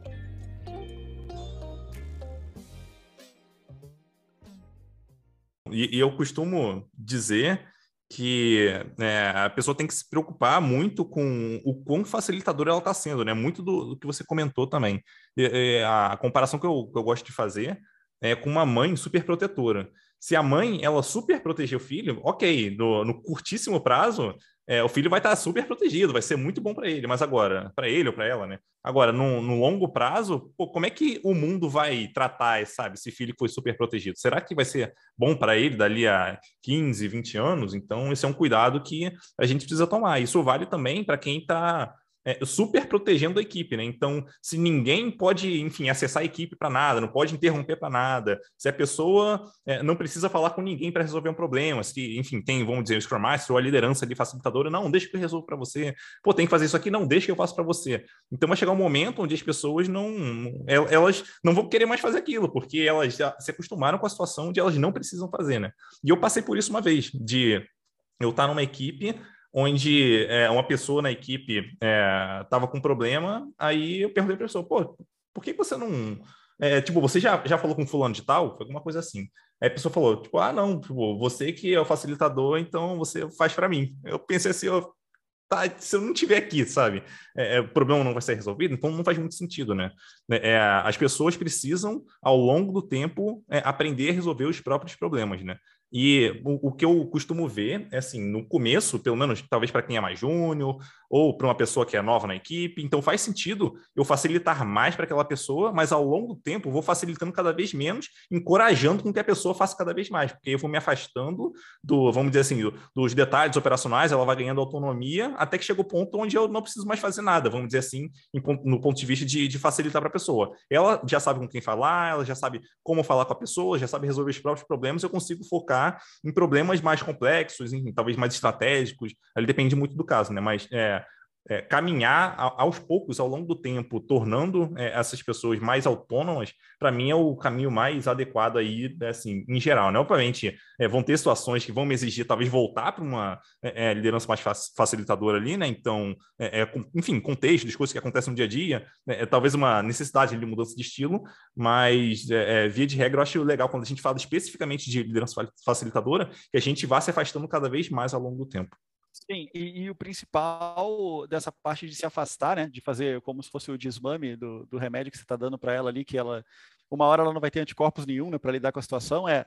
E, e eu costumo dizer que é, a pessoa tem que se preocupar muito com o quão facilitador ela está sendo, né? Muito do, do que você comentou também. E, e a comparação que eu, que eu gosto de fazer é com uma mãe super protetora. Se a mãe, ela super proteger o filho, ok, no, no curtíssimo prazo, é, o filho vai estar super protegido, vai ser muito bom para ele, mas agora, para ele ou para ela, né? Agora, no, no longo prazo, pô, como é que o mundo vai tratar, sabe, esse filho que foi super protegido? Será que vai ser bom para ele dali a quinze, vinte anos? Então, esse é um cuidado que a gente precisa tomar. Isso vale também para quem está É, super protegendo a equipe, né? Então, se ninguém pode, enfim, acessar a equipe para nada, não pode interromper para nada, se a pessoa é, não precisa falar com ninguém para resolver um problema, se, enfim, tem, vamos dizer, o Scrum Master ou a liderança ali facilitadora, não, deixa que eu resolvo para você. Pô, tem que fazer isso aqui, não, deixa que eu faço para você. Então, vai chegar um momento onde as pessoas não, elas não vão querer mais fazer aquilo, porque elas já se acostumaram com a situação onde elas não precisam fazer, né? E eu passei por isso uma vez, de eu estar numa equipe onde é, uma pessoa na equipe estava é, com problema, aí eu perguntei para a pessoa, pô, por que você não... É, tipo, você já, já falou com fulano de tal? Foi alguma coisa assim. Aí a pessoa falou, tipo, ah, não, tipo, você que é o facilitador, então você faz para mim. Eu pensei assim, eu, tá, se eu não estiver aqui, sabe, é, o problema não vai ser resolvido, então não faz muito sentido, né? É, as pessoas precisam, ao longo do tempo, é, aprender a resolver os próprios problemas, né? E o, o que eu costumo ver é assim, no começo, pelo menos talvez para quem é mais júnior ou para uma pessoa que é nova na equipe, então faz sentido eu facilitar mais para aquela pessoa, mas ao longo do tempo eu vou facilitando cada vez menos, encorajando com que a pessoa faça cada vez mais, porque eu vou me afastando do, vamos dizer assim, do, dos detalhes operacionais, ela vai ganhando autonomia até que chega o ponto onde eu não preciso mais fazer nada, vamos dizer assim, em, no ponto de vista de, de facilitar para a pessoa. Ela já sabe com quem falar, ela já sabe como falar com a pessoa, já sabe resolver os próprios problemas, eu consigo focar em problemas mais complexos, em, talvez mais estratégicos, ali depende muito do caso, né? Mas é, é, caminhar a, aos poucos, ao longo do tempo, tornando é, essas pessoas mais autônomas, para mim é o caminho mais adequado aí, assim, em geral, né? Obviamente, é, vão ter situações que vão me exigir, talvez, voltar para uma é, é, liderança mais facilitadora ali, né? Então, é, é, enfim, contexto, coisas que acontecem no dia a dia, é, talvez uma necessidade de mudança de estilo, mas, é, é, via de regra, eu acho legal quando a gente fala especificamente de liderança facilitadora, que a gente vá se afastando cada vez mais ao longo do tempo. Sim, e, e o principal dessa parte de se afastar, né, de fazer como se fosse o desmame do, do remédio que você está dando para ela ali, que ela, uma hora ela não vai ter anticorpos nenhum, né, para lidar com a situação, é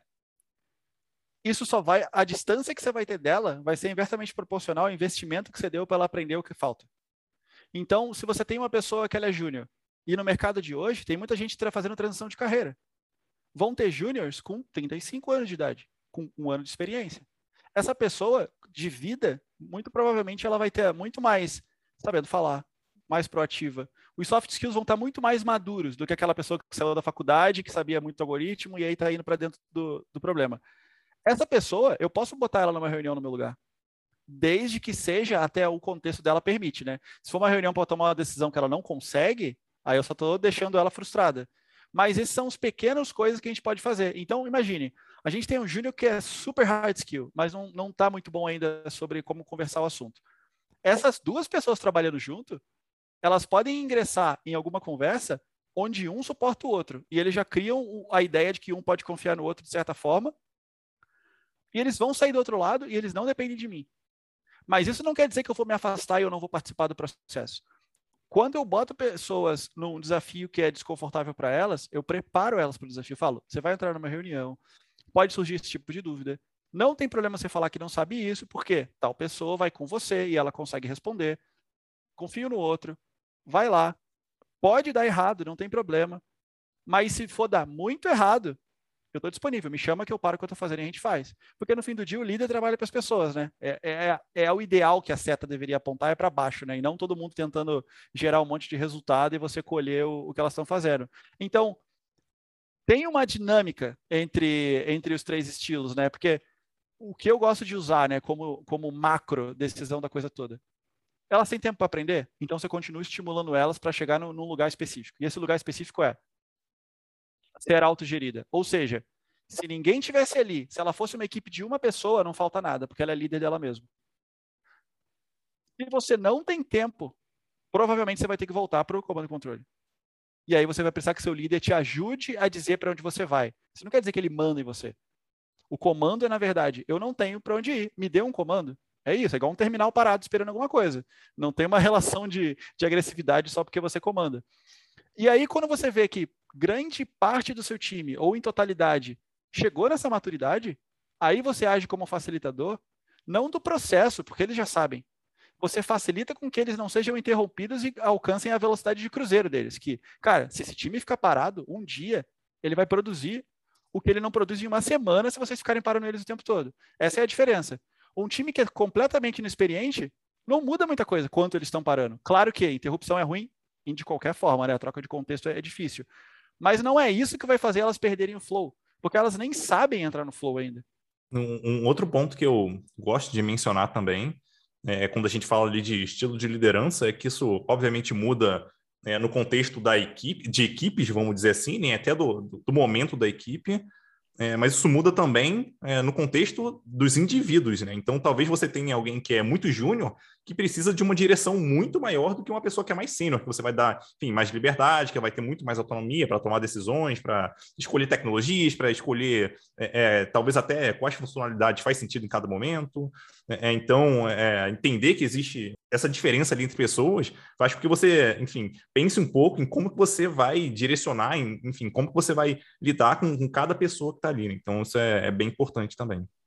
isso só vai, a distância que você vai ter dela vai ser inversamente proporcional ao investimento que você deu para ela aprender o que falta. Então, se você tem uma pessoa que ela é júnior, e no mercado de hoje tem muita gente fazendo transição de carreira, vão ter júniors com trinta e cinco anos de idade, com um ano de experiência. Essa pessoa de vida, muito provavelmente ela vai ter muito mais sabendo falar, mais proativa. Os soft skills vão estar muito mais maduros do que aquela pessoa que saiu da faculdade, que sabia muito algoritmo e aí está indo para dentro do, do problema. Essa pessoa, eu posso botar ela numa reunião no meu lugar, desde que seja até o contexto dela permite, né? Se for uma reunião para tomar uma decisão que ela não consegue, aí eu só estou deixando ela frustrada. Mas esses são os pequenas coisas que a gente pode fazer. Então, imagine, a gente tem um júnior que é super hard skill, mas não está muito bom ainda sobre como conversar o assunto. Essas duas pessoas trabalhando junto, elas podem ingressar em alguma conversa onde um suporta o outro. E eles já criam a ideia de que um pode confiar no outro de certa forma. E eles vão sair do outro lado e eles não dependem de mim. Mas isso não quer dizer que eu vou me afastar e eu não vou participar do processo. Quando eu boto pessoas num desafio que é desconfortável para elas, eu preparo elas para o desafio. Eu falo, você vai entrar numa reunião, pode surgir esse tipo de dúvida. Não tem problema você falar que não sabe isso, porque tal pessoa vai com você e ela consegue responder. Confio no outro. Vai lá. Pode dar errado, não tem problema. Mas se for dar muito errado, eu estou disponível. Me chama que eu paro o que eu estou fazendo e a gente faz. Porque no fim do dia o líder trabalha para as pessoas, né? É, é, é o ideal que a seta deveria apontar é para baixo, né? E não todo mundo tentando gerar um monte de resultado e você colher o, o que elas estão fazendo. Então, tem uma dinâmica entre, entre os três estilos, né? Porque o que eu gosto de usar, né, como, como macro decisão da coisa toda, elas têm tempo para aprender, então você continua estimulando elas para chegar no, num lugar específico. E esse lugar específico é ser autogerida. Ou seja, se ninguém tivesse ali, se ela fosse uma equipe de uma pessoa, não falta nada, porque ela é líder dela mesma. Se você não tem tempo, provavelmente você vai ter que voltar para o comando e controle. E aí você vai precisar que seu líder te ajude a dizer para onde você vai. Isso não quer dizer que ele manda em você. O comando é, na verdade, eu não tenho para onde ir, me dê um comando. É isso, é igual um terminal parado esperando alguma coisa. Não tem uma relação de, de agressividade só porque você comanda. E aí, quando você vê que grande parte do seu time, ou em totalidade, chegou nessa maturidade, aí você age como facilitador, não do processo, porque eles já sabem. Você facilita com que eles não sejam interrompidos e alcancem a velocidade de cruzeiro deles. Que, cara, se esse time ficar parado, um dia, ele vai produzir o que ele não produz em uma semana se vocês ficarem parando eles o tempo todo. Essa é a diferença. Um time que é completamente inexperiente não muda muita coisa quanto eles estão parando. Claro que interrupção é ruim de qualquer forma, né? A troca de contexto é difícil. Mas não é isso que vai fazer elas perderem o flow, porque elas nem sabem entrar no flow ainda. Um, um outro ponto que eu gosto de mencionar também, é, quando a gente fala ali de estilo de liderança, é que isso obviamente muda é, no contexto da equipe, de equipes, vamos dizer assim, nem até do, do momento da equipe, é, mas isso muda também é, no contexto dos indivíduos, né? Então, talvez você tenha alguém que é muito júnior que precisa de uma direção muito maior do que uma pessoa que é mais sênior, que você vai dar, enfim, mais liberdade, que vai ter muito mais autonomia para tomar decisões, para escolher tecnologias, para escolher, é, é, talvez até quais funcionalidades faz sentido em cada momento. É, então, é, entender que existe essa diferença ali entre pessoas faz com que você, enfim, pense um pouco em como que você vai direcionar, enfim, como que você vai lidar com, com cada pessoa que está ali. Né? Então, isso é, é bem importante também.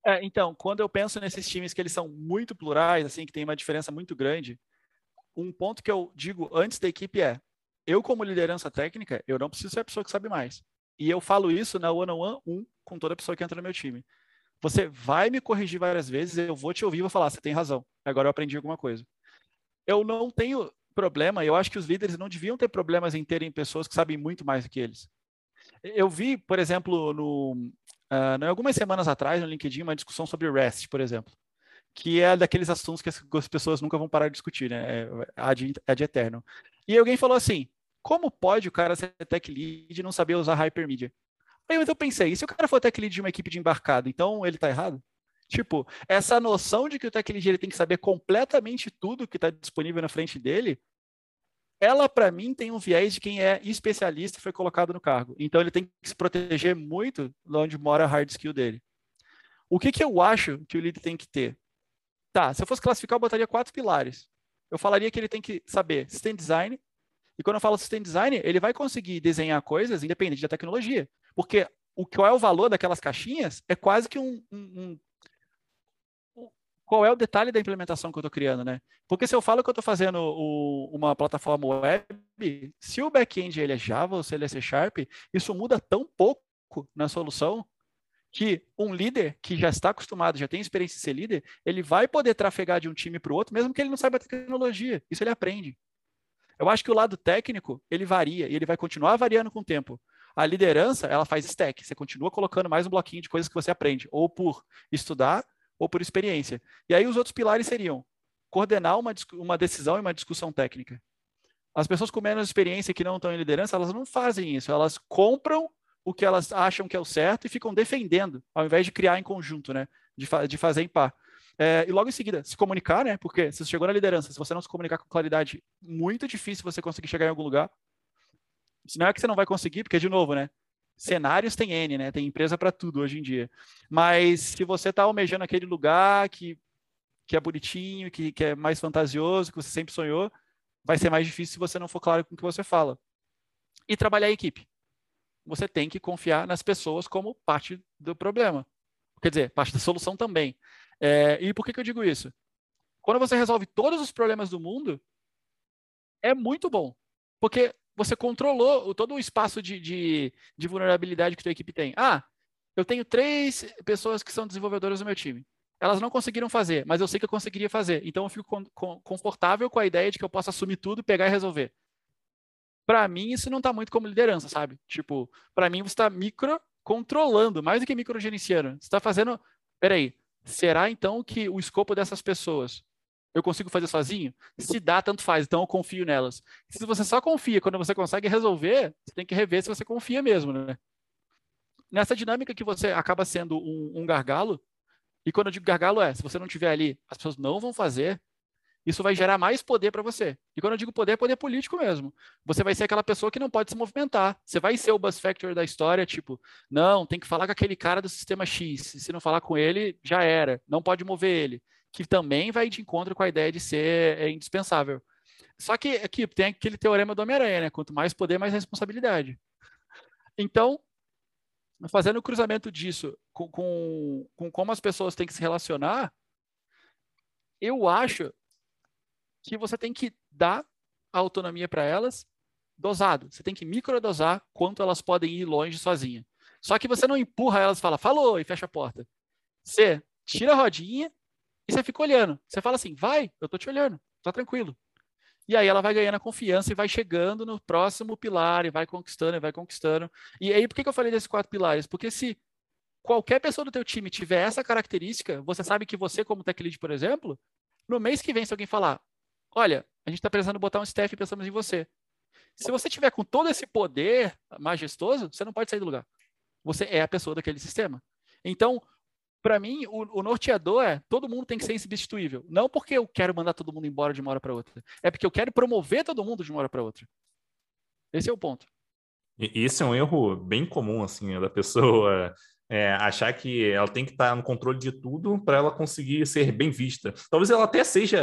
É, então, quando eu penso nesses times que eles são muito plurais, assim, que tem uma diferença muito grande, um ponto que eu digo antes da equipe é, eu como liderança técnica, eu não preciso ser a pessoa que sabe mais. E eu falo isso na one-on-one um com toda pessoa que entra no meu time. Você vai me corrigir várias vezes, eu vou te ouvir e vou falar, você tem razão, agora eu aprendi alguma coisa. Eu não tenho problema, eu acho que os líderes não deviam ter problemas em terem pessoas que sabem muito mais do que eles. Eu vi, por exemplo, no, uh, em algumas semanas atrás, no LinkedIn, uma discussão sobre REST, por exemplo, que é daqueles assuntos que as, as pessoas nunca vão parar de discutir, né? É ad, ad eterno. E alguém falou assim, como pode o cara ser tech lead e não saber usar hypermedia? Aí eu pensei, e se o cara for tech lead de uma equipe de embarcado, então ele tá errado? Tipo, essa noção de que o tech lead ele tem que saber completamente tudo que está disponível na frente dele, ela, para mim, tem um viés de quem é especialista e foi colocado no cargo. Então, ele tem que se proteger muito de onde mora a hard skill dele. O que, que eu acho que o líder tem que ter? Tá, se eu fosse classificar, eu botaria quatro pilares. Eu falaria que ele tem que saber system design, e quando eu falo system design, ele vai conseguir desenhar coisas independente da tecnologia. Porque o qual é o valor daquelas caixinhas é quase que um, um, um qual é o detalhe da implementação que eu estou criando, né? Porque se eu falo que eu estou fazendo o, uma plataforma web, se o back-end ele é Java ou se ele é C Sharp, isso muda tão pouco na solução que um líder que já está acostumado, já tem experiência em ser líder, ele vai poder trafegar de um time para o outro, mesmo que ele não saiba a tecnologia. Isso ele aprende. Eu acho que o lado técnico, ele varia, e ele vai continuar variando com o tempo. A liderança, ela faz stack. Você continua colocando mais um bloquinho de coisas que você aprende, ou por estudar, ou por experiência. E aí os outros pilares seriam coordenar uma, uma decisão e uma discussão técnica. As pessoas com menos experiência que não estão em liderança, elas não fazem isso. Elas compram o que elas acham que é o certo e ficam defendendo, ao invés de criar em conjunto, né? De, fa de fazer em par. É, e logo em seguida, se comunicar, né? Porque se você chegou na liderança, se você não se comunicar com claridade, muito difícil você conseguir chegar em algum lugar. Isso não é que você não vai conseguir, porque, de novo, né? Cenários tem N, né? Tem empresa para tudo hoje em dia. Mas se você está almejando aquele lugar que, que é bonitinho, que, que é mais fantasioso, que você sempre sonhou, vai ser mais difícil se você não for claro com o que você fala. E trabalhar em equipe. Você tem que confiar nas pessoas como parte do problema. Quer dizer, parte da solução também. É, e por que, que eu digo isso? Quando você resolve todos os problemas do mundo, é muito bom. Porque você controlou todo o espaço de, de, de vulnerabilidade que a tua equipe tem. Ah, eu tenho três pessoas que são desenvolvedoras do meu time. Elas não conseguiram fazer, mas eu sei que eu conseguiria fazer. Então eu fico com, com, confortável com a ideia de que eu posso assumir tudo, pegar e resolver. Para mim, isso não está muito como liderança, sabe? Tipo, para mim, você está micro controlando, mais do que microgerenciando. Você está fazendo. Peraí, será então que o escopo dessas pessoas eu consigo fazer sozinho? Se dá, tanto faz, então eu confio nelas. Se você só confia quando você consegue resolver, você tem que rever se você confia mesmo, né? Nessa dinâmica que você acaba sendo um, um gargalo, e quando eu digo gargalo é, se você não tiver ali, as pessoas não vão fazer, isso vai gerar mais poder para você. E quando eu digo poder, é poder político mesmo. Você vai ser aquela pessoa que não pode se movimentar. Você vai ser o buzz factor da história, tipo, não, tem que falar com aquele cara do sistema X. Se não falar com ele, já era. Não pode mover ele. Que também vai de encontro com a ideia de ser é, indispensável. Só que aqui tem aquele teorema do Homem-Aranha, né? Quanto mais poder, mais responsabilidade. Então, fazendo o cruzamento disso com, com, com como as pessoas têm que se relacionar, eu acho que você tem que dar a autonomia para elas dosado. Você tem que microdosar quanto elas podem ir longe sozinha. Só que você não empurra elas e fala, falou, e fecha a porta. Você tira a rodinha e você fica olhando. Você fala assim, vai, eu tô te olhando, tá tranquilo. E aí ela vai ganhando a confiança e vai chegando no próximo pilar e vai conquistando e vai conquistando. E aí, por que eu falei desses quatro pilares? Porque se qualquer pessoa do teu time tiver essa característica, você sabe que você, como tech lead, por exemplo, no mês que vem, se alguém falar, olha, a gente está precisando botar um staff e pensamos em você. Se você tiver com todo esse poder majestoso, você não pode sair do lugar. Você é a pessoa daquele sistema. Então, para mim, o, o norteador é todo mundo tem que ser insubstituível. Não porque eu quero mandar todo mundo embora de uma hora para outra. É porque eu quero promover todo mundo de uma hora para outra. Esse é o ponto. E isso é um erro bem comum, assim, da pessoa é, achar que ela tem que estar no controle de tudo para ela conseguir ser bem vista. Talvez ela até seja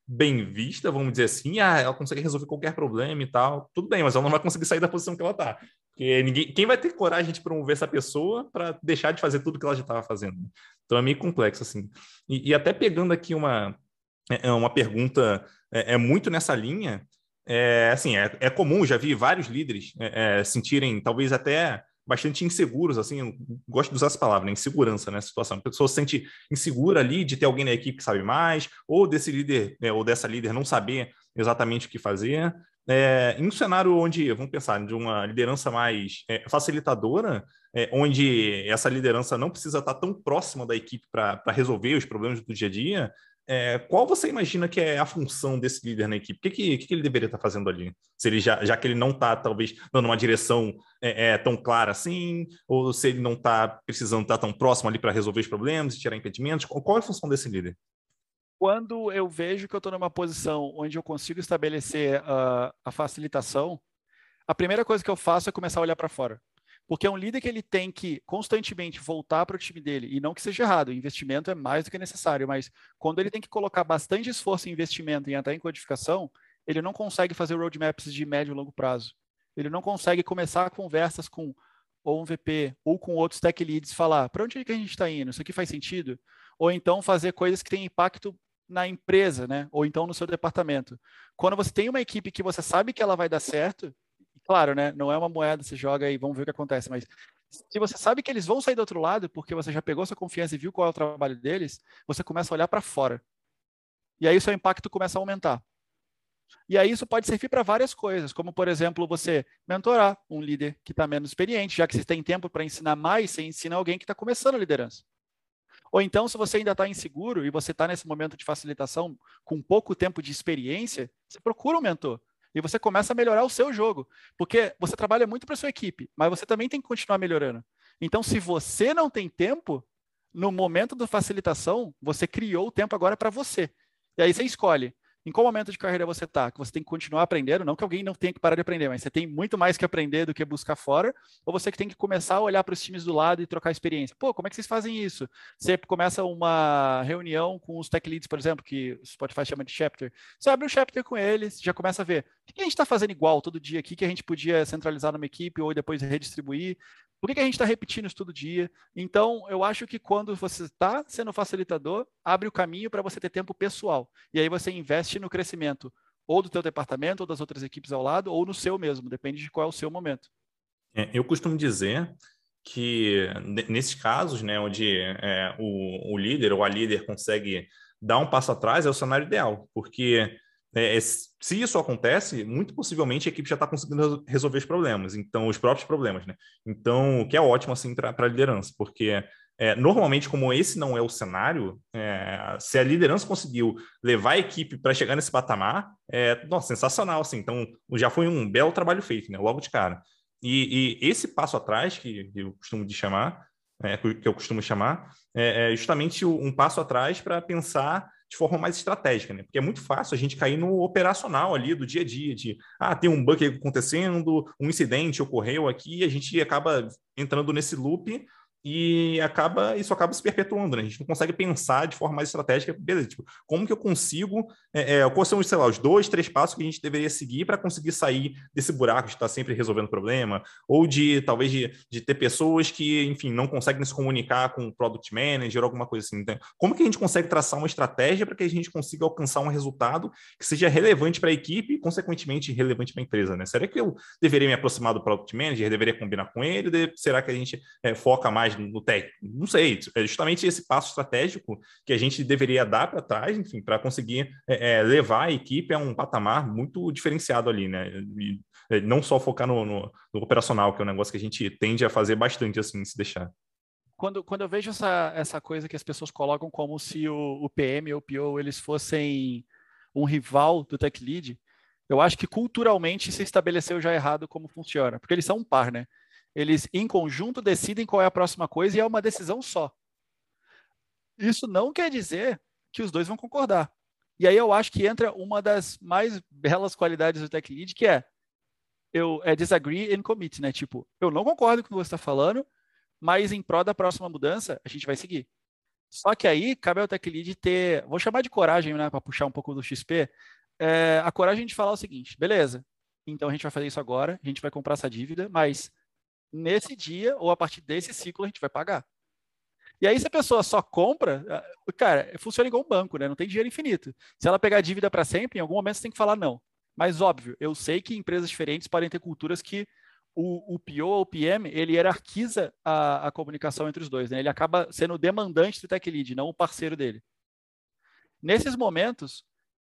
bem vista, vamos dizer assim, ah, ela consegue resolver qualquer problema e tal, tudo bem, mas ela não vai conseguir sair da posição que ela está. Porque ninguém, quem vai ter coragem de promover essa pessoa para deixar de fazer tudo que ela já estava fazendo? Então é meio complexo, assim. E, e até pegando aqui uma, é, uma pergunta é, é muito nessa linha, é, assim, é, é comum, já vi vários líderes é, é, sentirem talvez até bastante inseguros, assim, eu gosto de usar essa palavra, né? Insegurança nessa situação. A pessoa se sente insegura ali de ter alguém na equipe que sabe mais, ou desse líder, né, ou dessa líder não saber exatamente o que fazer. É, em um cenário onde, vamos pensar, de uma liderança mais é, facilitadora, é, onde essa liderança não precisa estar tão próxima da equipe para resolver os problemas do dia a dia, é, qual você imagina que é a função desse líder na equipe? O que, que, que ele deveria estar fazendo ali? Se ele já, já que ele não está, talvez, dando uma direção é, é, tão clara assim, ou se ele não está precisando estar tão próximo ali para resolver os problemas e tirar impedimentos, qual, qual é a função desse líder? Quando eu vejo que eu estou numa posição onde eu consigo estabelecer uh, a facilitação, a primeira coisa que eu faço é começar a olhar para fora. Porque é um líder que ele tem que constantemente voltar para o time dele, e não que seja errado, o investimento é mais do que necessário, mas quando ele tem que colocar bastante esforço em investimento e até em codificação, ele não consegue fazer roadmaps de médio e longo prazo. Ele não consegue começar conversas com ou um V P ou com outros tech leads, falar para onde é que a gente está indo, isso aqui faz sentido? Ou então fazer coisas que têm impacto na empresa, né? Ou então no seu departamento. Quando você tem uma equipe que você sabe que ela vai dar certo, claro, né? Não é uma moeda, você joga e vamos ver o que acontece, mas se você sabe que eles vão sair do outro lado, porque você já pegou sua confiança e viu qual é o trabalho deles, você começa a olhar para fora. E aí o seu impacto começa a aumentar. E aí isso pode servir para várias coisas, como, por exemplo, você mentorar um líder que está menos experiente, já que você tem tempo para ensinar mais, você ensina alguém que está começando a liderança. Ou então, se você ainda está inseguro e você está nesse momento de facilitação com pouco tempo de experiência, você procura um mentor. E você começa a melhorar o seu jogo. Porque você trabalha muito para a sua equipe, mas você também tem que continuar melhorando. Então, se você não tem tempo, no momento da facilitação, você criou o tempo agora para você. E aí você escolhe em qual momento de carreira você está, que você tem que continuar aprendendo, não que alguém não tenha que parar de aprender, mas você tem muito mais que aprender do que buscar fora, ou você que tem que começar a olhar para os times do lado e trocar experiência. Pô, como é que vocês fazem isso? Você começa uma reunião com os tech leads, por exemplo, que o Spotify chama de chapter. Você abre um chapter com eles, já começa a ver o que a gente está fazendo igual todo dia aqui, que a gente podia centralizar numa equipe ou depois redistribuir. Por que, que a gente está repetindo isso todo dia? Então, eu acho que quando você está sendo facilitador, abre o caminho para você ter tempo pessoal. E aí você investe no crescimento ou do teu departamento, ou das outras equipes ao lado, ou no seu mesmo, depende de qual é o seu momento. É, eu costumo dizer que nesses casos, né, onde é, o, o líder ou a líder consegue dar um passo atrás, é o cenário ideal, porque é, se isso acontece, muito possivelmente a equipe já está conseguindo resolver os problemas, então os próprios problemas, né? Então, o que é ótimo assim para a liderança, porque é, normalmente, como esse não é o cenário, é, se a liderança conseguiu levar a equipe para chegar nesse patamar, é nossa, sensacional, assim. Então, já foi um belo trabalho feito, né? Logo de cara. E, e esse passo atrás, que eu costumo de chamar, é, que eu costumo chamar, é, é justamente um passo atrás para pensar de forma mais estratégica, né? Porque é muito fácil a gente cair no operacional ali do dia a dia, de ah, tem um bug acontecendo, um incidente ocorreu aqui, e a gente acaba entrando nesse loop e acaba isso acaba se perpetuando, né? A gente não consegue pensar de forma mais estratégica, beleza, tipo, como que eu consigo, é, é, quais são, sei lá, os dois, três passos que a gente deveria seguir para conseguir sair desse buraco de estar sempre resolvendo problema, ou de, talvez, de, de ter pessoas que, enfim, não conseguem se comunicar com o product manager ou alguma coisa assim. Então, como que a gente consegue traçar uma estratégia para que a gente consiga alcançar um resultado que seja relevante para a equipe e, consequentemente, relevante para a empresa, né? Será que eu deveria me aproximar do product manager, deveria combinar com ele, de, será que a gente é, foca mais no técnico? Não sei, é justamente esse passo estratégico que a gente deveria dar para trás, enfim, para conseguir é, é, levar a equipe a um patamar muito diferenciado ali, né? E, é, não só focar no, no, no operacional, que é um negócio que a gente tende a fazer bastante assim, se deixar. Quando, quando eu vejo essa, essa coisa que as pessoas colocam como se o, o P M ou o P O eles fossem um rival do Tech Lead, eu acho que culturalmente se estabeleceu já errado como funciona, porque eles são um par, né? Eles, em conjunto, decidem qual é a próxima coisa e é uma decisão só. Isso não quer dizer que os dois vão concordar. E aí eu acho que entra uma das mais belas qualidades do Tech Lead, que é eu é disagree and commit, né? Tipo, eu não concordo com o que você está falando, mas em prol da próxima mudança, a gente vai seguir. Só que aí cabe ao Tech Lead ter, vou chamar de coragem, né, para puxar um pouco do X P, é, a coragem de falar o seguinte, beleza, então a gente vai fazer isso agora, a gente vai comprar essa dívida, mas nesse dia ou a partir desse ciclo a gente vai pagar. E aí, se a pessoa só compra, cara, funciona igual um banco, né? Não tem dinheiro infinito. Se ela pegar dívida para sempre, em algum momento você tem que falar não. Mas, óbvio, eu sei que empresas diferentes podem ter culturas que o, o P O ou o P M, ele hierarquiza a, a comunicação entre os dois, né? Ele acaba sendo o demandante do tech lead, não o parceiro dele. Nesses momentos,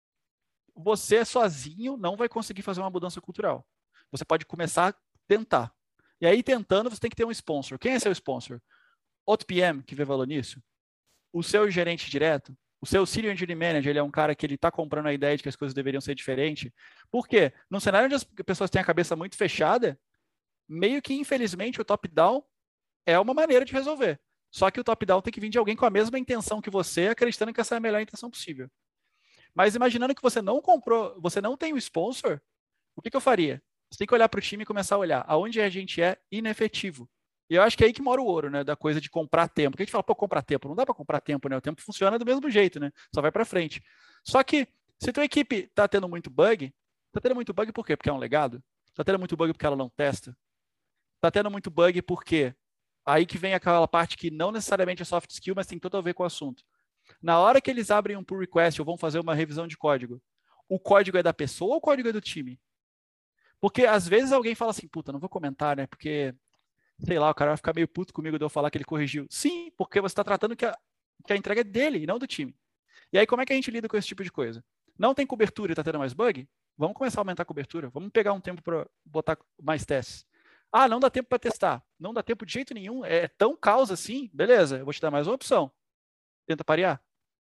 você sozinho não vai conseguir fazer uma mudança cultural. Você pode começar a tentar. E aí, tentando, você tem que ter um sponsor. Quem é seu sponsor? Outro P M que vê valor nisso? O seu gerente direto? O seu Senior Engineering Manager, ele é um cara que ele está comprando a ideia de que as coisas deveriam ser diferentes. Por quê? Num cenário onde as pessoas têm a cabeça muito fechada, meio que, infelizmente, o top-down é uma maneira de resolver. Só que o top-down tem que vir de alguém com a mesma intenção que você, acreditando que essa é a melhor intenção possível. Mas imaginando que você não comprou, você não tem o sponsor, o que, que eu faria? Você tem que olhar para o time e começar a olhar aonde a gente é inefetivo. E eu acho que é aí que mora o ouro, né, da coisa de comprar tempo. Porque a gente fala, pô, comprar tempo. Não dá para comprar tempo, né? O tempo funciona do mesmo jeito, né? Só vai para frente. Só que, se tua equipe está tendo muito bug, está tendo muito bug por quê? Porque é um legado? Está tendo muito bug porque ela não testa? Está tendo muito bug porque aí que vem aquela parte que não necessariamente é soft skill, mas tem tudo a ver com o assunto. Na hora que eles abrem um pull request ou vão fazer uma revisão de código, o código é da pessoa ou o código é do time? Porque às vezes alguém fala assim, puta, não vou comentar, né? Porque sei lá, o cara vai ficar meio puto comigo de eu falar que ele corrigiu. Sim, porque você está tratando que a, que a entrega é dele e não do time. E aí, como é que a gente lida com esse tipo de coisa? Não tem cobertura e está tendo mais bug? Vamos começar a aumentar a cobertura. Vamos pegar um tempo para botar mais testes. Ah, não dá tempo para testar. Não dá tempo de jeito nenhum. É tão caos assim. Beleza, eu vou te dar mais uma opção. Tenta parear.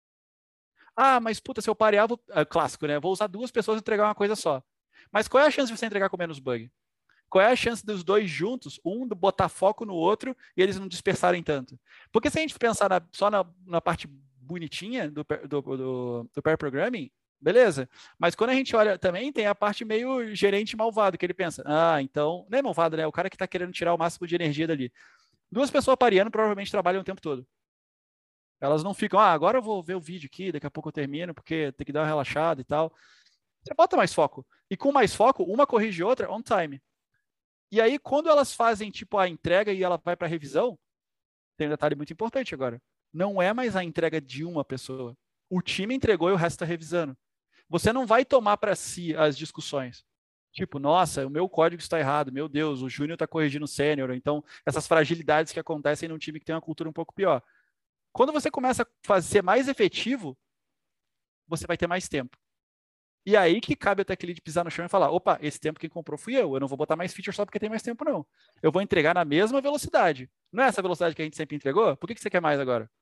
Ah, mas puta, se eu parear, vou... é clássico, né? Vou usar duas pessoas e entregar uma coisa só. Mas qual é a chance de você entregar com menos bug? Qual é a chance dos dois juntos, um botar foco no outro e eles não dispersarem tanto? Porque se a gente pensar na, só na, na parte bonitinha do, do, do, do pair programming, beleza. Mas quando a gente olha também, tem a parte meio gerente malvado, que ele pensa, ah, então, não é malvado, né? O cara que está querendo tirar o máximo de energia dali. Duas pessoas pareando provavelmente trabalham o tempo todo. Elas não ficam, ah, agora eu vou ver o vídeo aqui, daqui a pouco eu termino, porque tem que dar uma relaxada e tal. Você bota mais foco. E com mais foco, uma corrige outra on time. E aí, quando elas fazem tipo a entrega e ela vai para a revisão, tem um detalhe muito importante agora. Não é mais a entrega de uma pessoa. O time entregou e o resto está revisando. Você não vai tomar para si as discussões. Tipo, nossa, o meu código está errado, meu Deus, o júnior está corrigindo o sênior. Então, essas fragilidades que acontecem num time que tem uma cultura um pouco pior. Quando você começa a fazer, ser mais efetivo, você vai ter mais tempo. E aí que cabe o tech lead pisar no chão e falar, opa, esse tempo quem comprou fui eu, eu não vou botar mais feature só porque tem mais tempo não. Eu vou entregar na mesma velocidade. Não é essa velocidade que a gente sempre entregou? Por que que você quer mais agora?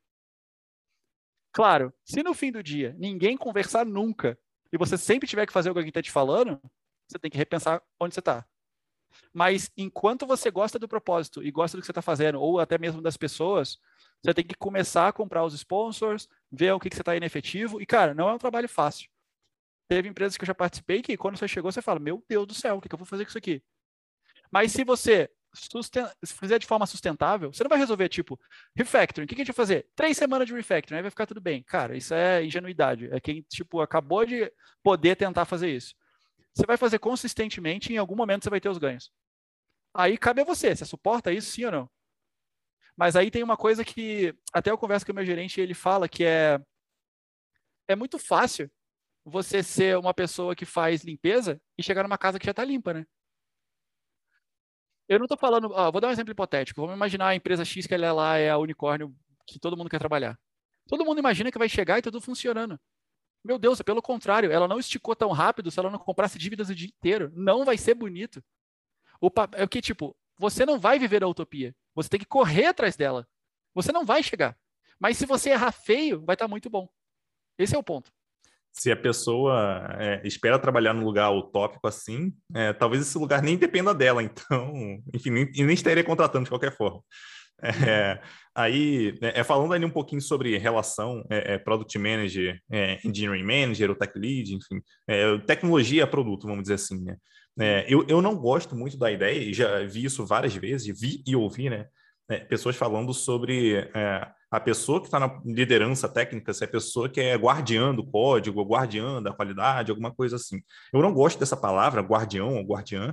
Claro, se no fim do dia ninguém conversar nunca e você sempre tiver que fazer o que alguém está te falando, você tem que repensar onde você está. Mas enquanto você gosta do propósito e gosta do que você está fazendo, ou até mesmo das pessoas, você tem que começar a comprar os sponsors, ver o que, que você está inefetivo. E, cara, não é um trabalho fácil. Teve empresas que eu já participei que quando você chegou, você fala, meu Deus do céu, o que eu vou fazer com isso aqui? Mas se você susten... se fizer de forma sustentável, você não vai resolver, tipo, refactoring. O que a gente vai fazer? Três semanas de refactoring, aí vai ficar tudo bem. Cara, isso é ingenuidade. É quem, tipo, acabou de poder tentar fazer isso. Você vai fazer consistentemente e em algum momento você vai ter os ganhos. Aí cabe a você, você suporta isso, sim ou não? Mas aí tem uma coisa que até eu converso com o meu gerente e ele fala que é, é muito fácil você ser uma pessoa que faz limpeza e chegar numa casa que já está limpa, né? Eu não estou falando, ó, vou dar um exemplo hipotético. Vamos imaginar a empresa X que ela é lá é a unicórnio que todo mundo quer trabalhar. Todo mundo imagina que vai chegar e tudo funcionando. Meu Deus, é pelo contrário, ela não esticou tão rápido se ela não comprasse dívidas o dia inteiro. Não vai ser bonito. O é o que, tipo, você não vai viver a utopia. Você tem que correr atrás dela. Você não vai chegar. Mas se você errar feio, vai estar muito bom. Esse é o ponto. Se a pessoa é, espera trabalhar num lugar utópico assim, é, talvez esse lugar nem dependa dela, então, enfim, nem, nem estaria contratando de qualquer forma. É, aí, é, falando ali um pouquinho sobre relação é, é, Product Manager, é, Engineering Manager, ou Tech Lead, enfim, é, tecnologia a produto, vamos dizer assim, né? É, eu, eu não gosto muito da ideia, e já vi isso várias vezes, vi e ouvi, né? É, pessoas falando sobre... É, a pessoa que está na liderança técnica, se é a pessoa que é guardiã do código, guardiã da qualidade, alguma coisa assim. Eu não gosto dessa palavra, guardião ou guardiã,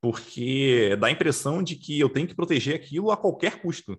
porque dá a impressão de que eu tenho que proteger aquilo a qualquer custo.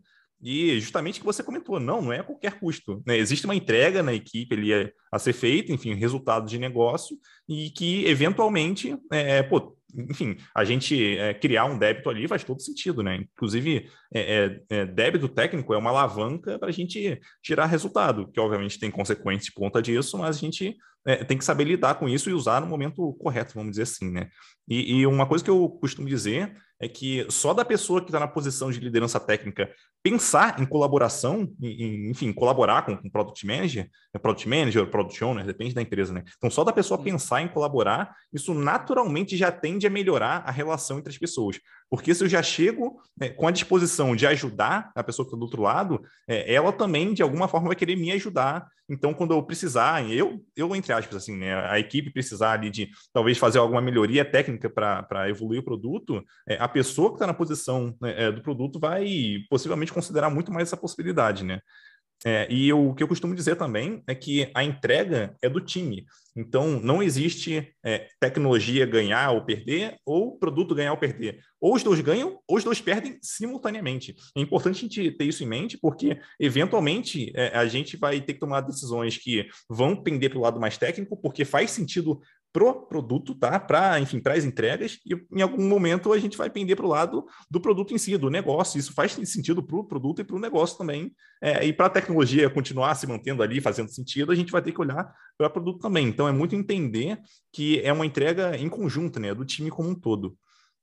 E justamente o que você comentou, não, não é a qualquer custo, né? Existe uma entrega na equipe ali a, a ser feita, enfim, resultado de negócio, e que eventualmente, é, pô, enfim, a gente é, criar um débito ali faz todo sentido, né? Inclusive, é, é, débito técnico é uma alavanca para a gente tirar resultado, que obviamente tem consequências por conta disso, mas a gente é, tem que saber lidar com isso e usar no momento correto, vamos dizer assim, né? E, e uma coisa que eu costumo dizer é que só da pessoa que está na posição de liderança técnica pensar em colaboração, em, enfim, colaborar com o Product Manager, Product Manager, Product Owner, depende da empresa, né? Então, só da pessoa pensar em colaborar, isso naturalmente já tende a melhorar a relação entre as pessoas. Porque se eu já chego né, com a disposição de ajudar a pessoa que está do outro lado, é, ela também, de alguma forma, vai querer me ajudar. Então, quando eu precisar, eu, eu entre aspas, assim, né, a equipe precisar ali de talvez fazer alguma melhoria técnica para evoluir o produto, é, a pessoa que está na posição né, é, do produto vai possivelmente considerar muito mais essa possibilidade, né? É, e eu, o que eu costumo dizer também é que a entrega é do time. Então, não existe é, tecnologia ganhar ou perder, ou produto ganhar ou perder. Ou os dois ganham, ou os dois perdem simultaneamente. É importante a gente ter isso em mente, porque, eventualmente, é, a gente vai ter que tomar decisões que vão pender para o lado mais técnico, porque faz sentido pro produto, tá? Para, enfim, para as entregas, e em algum momento a gente vai pender para o lado do produto em si, do negócio. Isso faz sentido para o produto e para o negócio também. É, e para a tecnologia continuar se mantendo ali, fazendo sentido, a gente vai ter que olhar para o produto também. Então, é muito entender que é uma entrega em conjunto, né? Do time como um todo.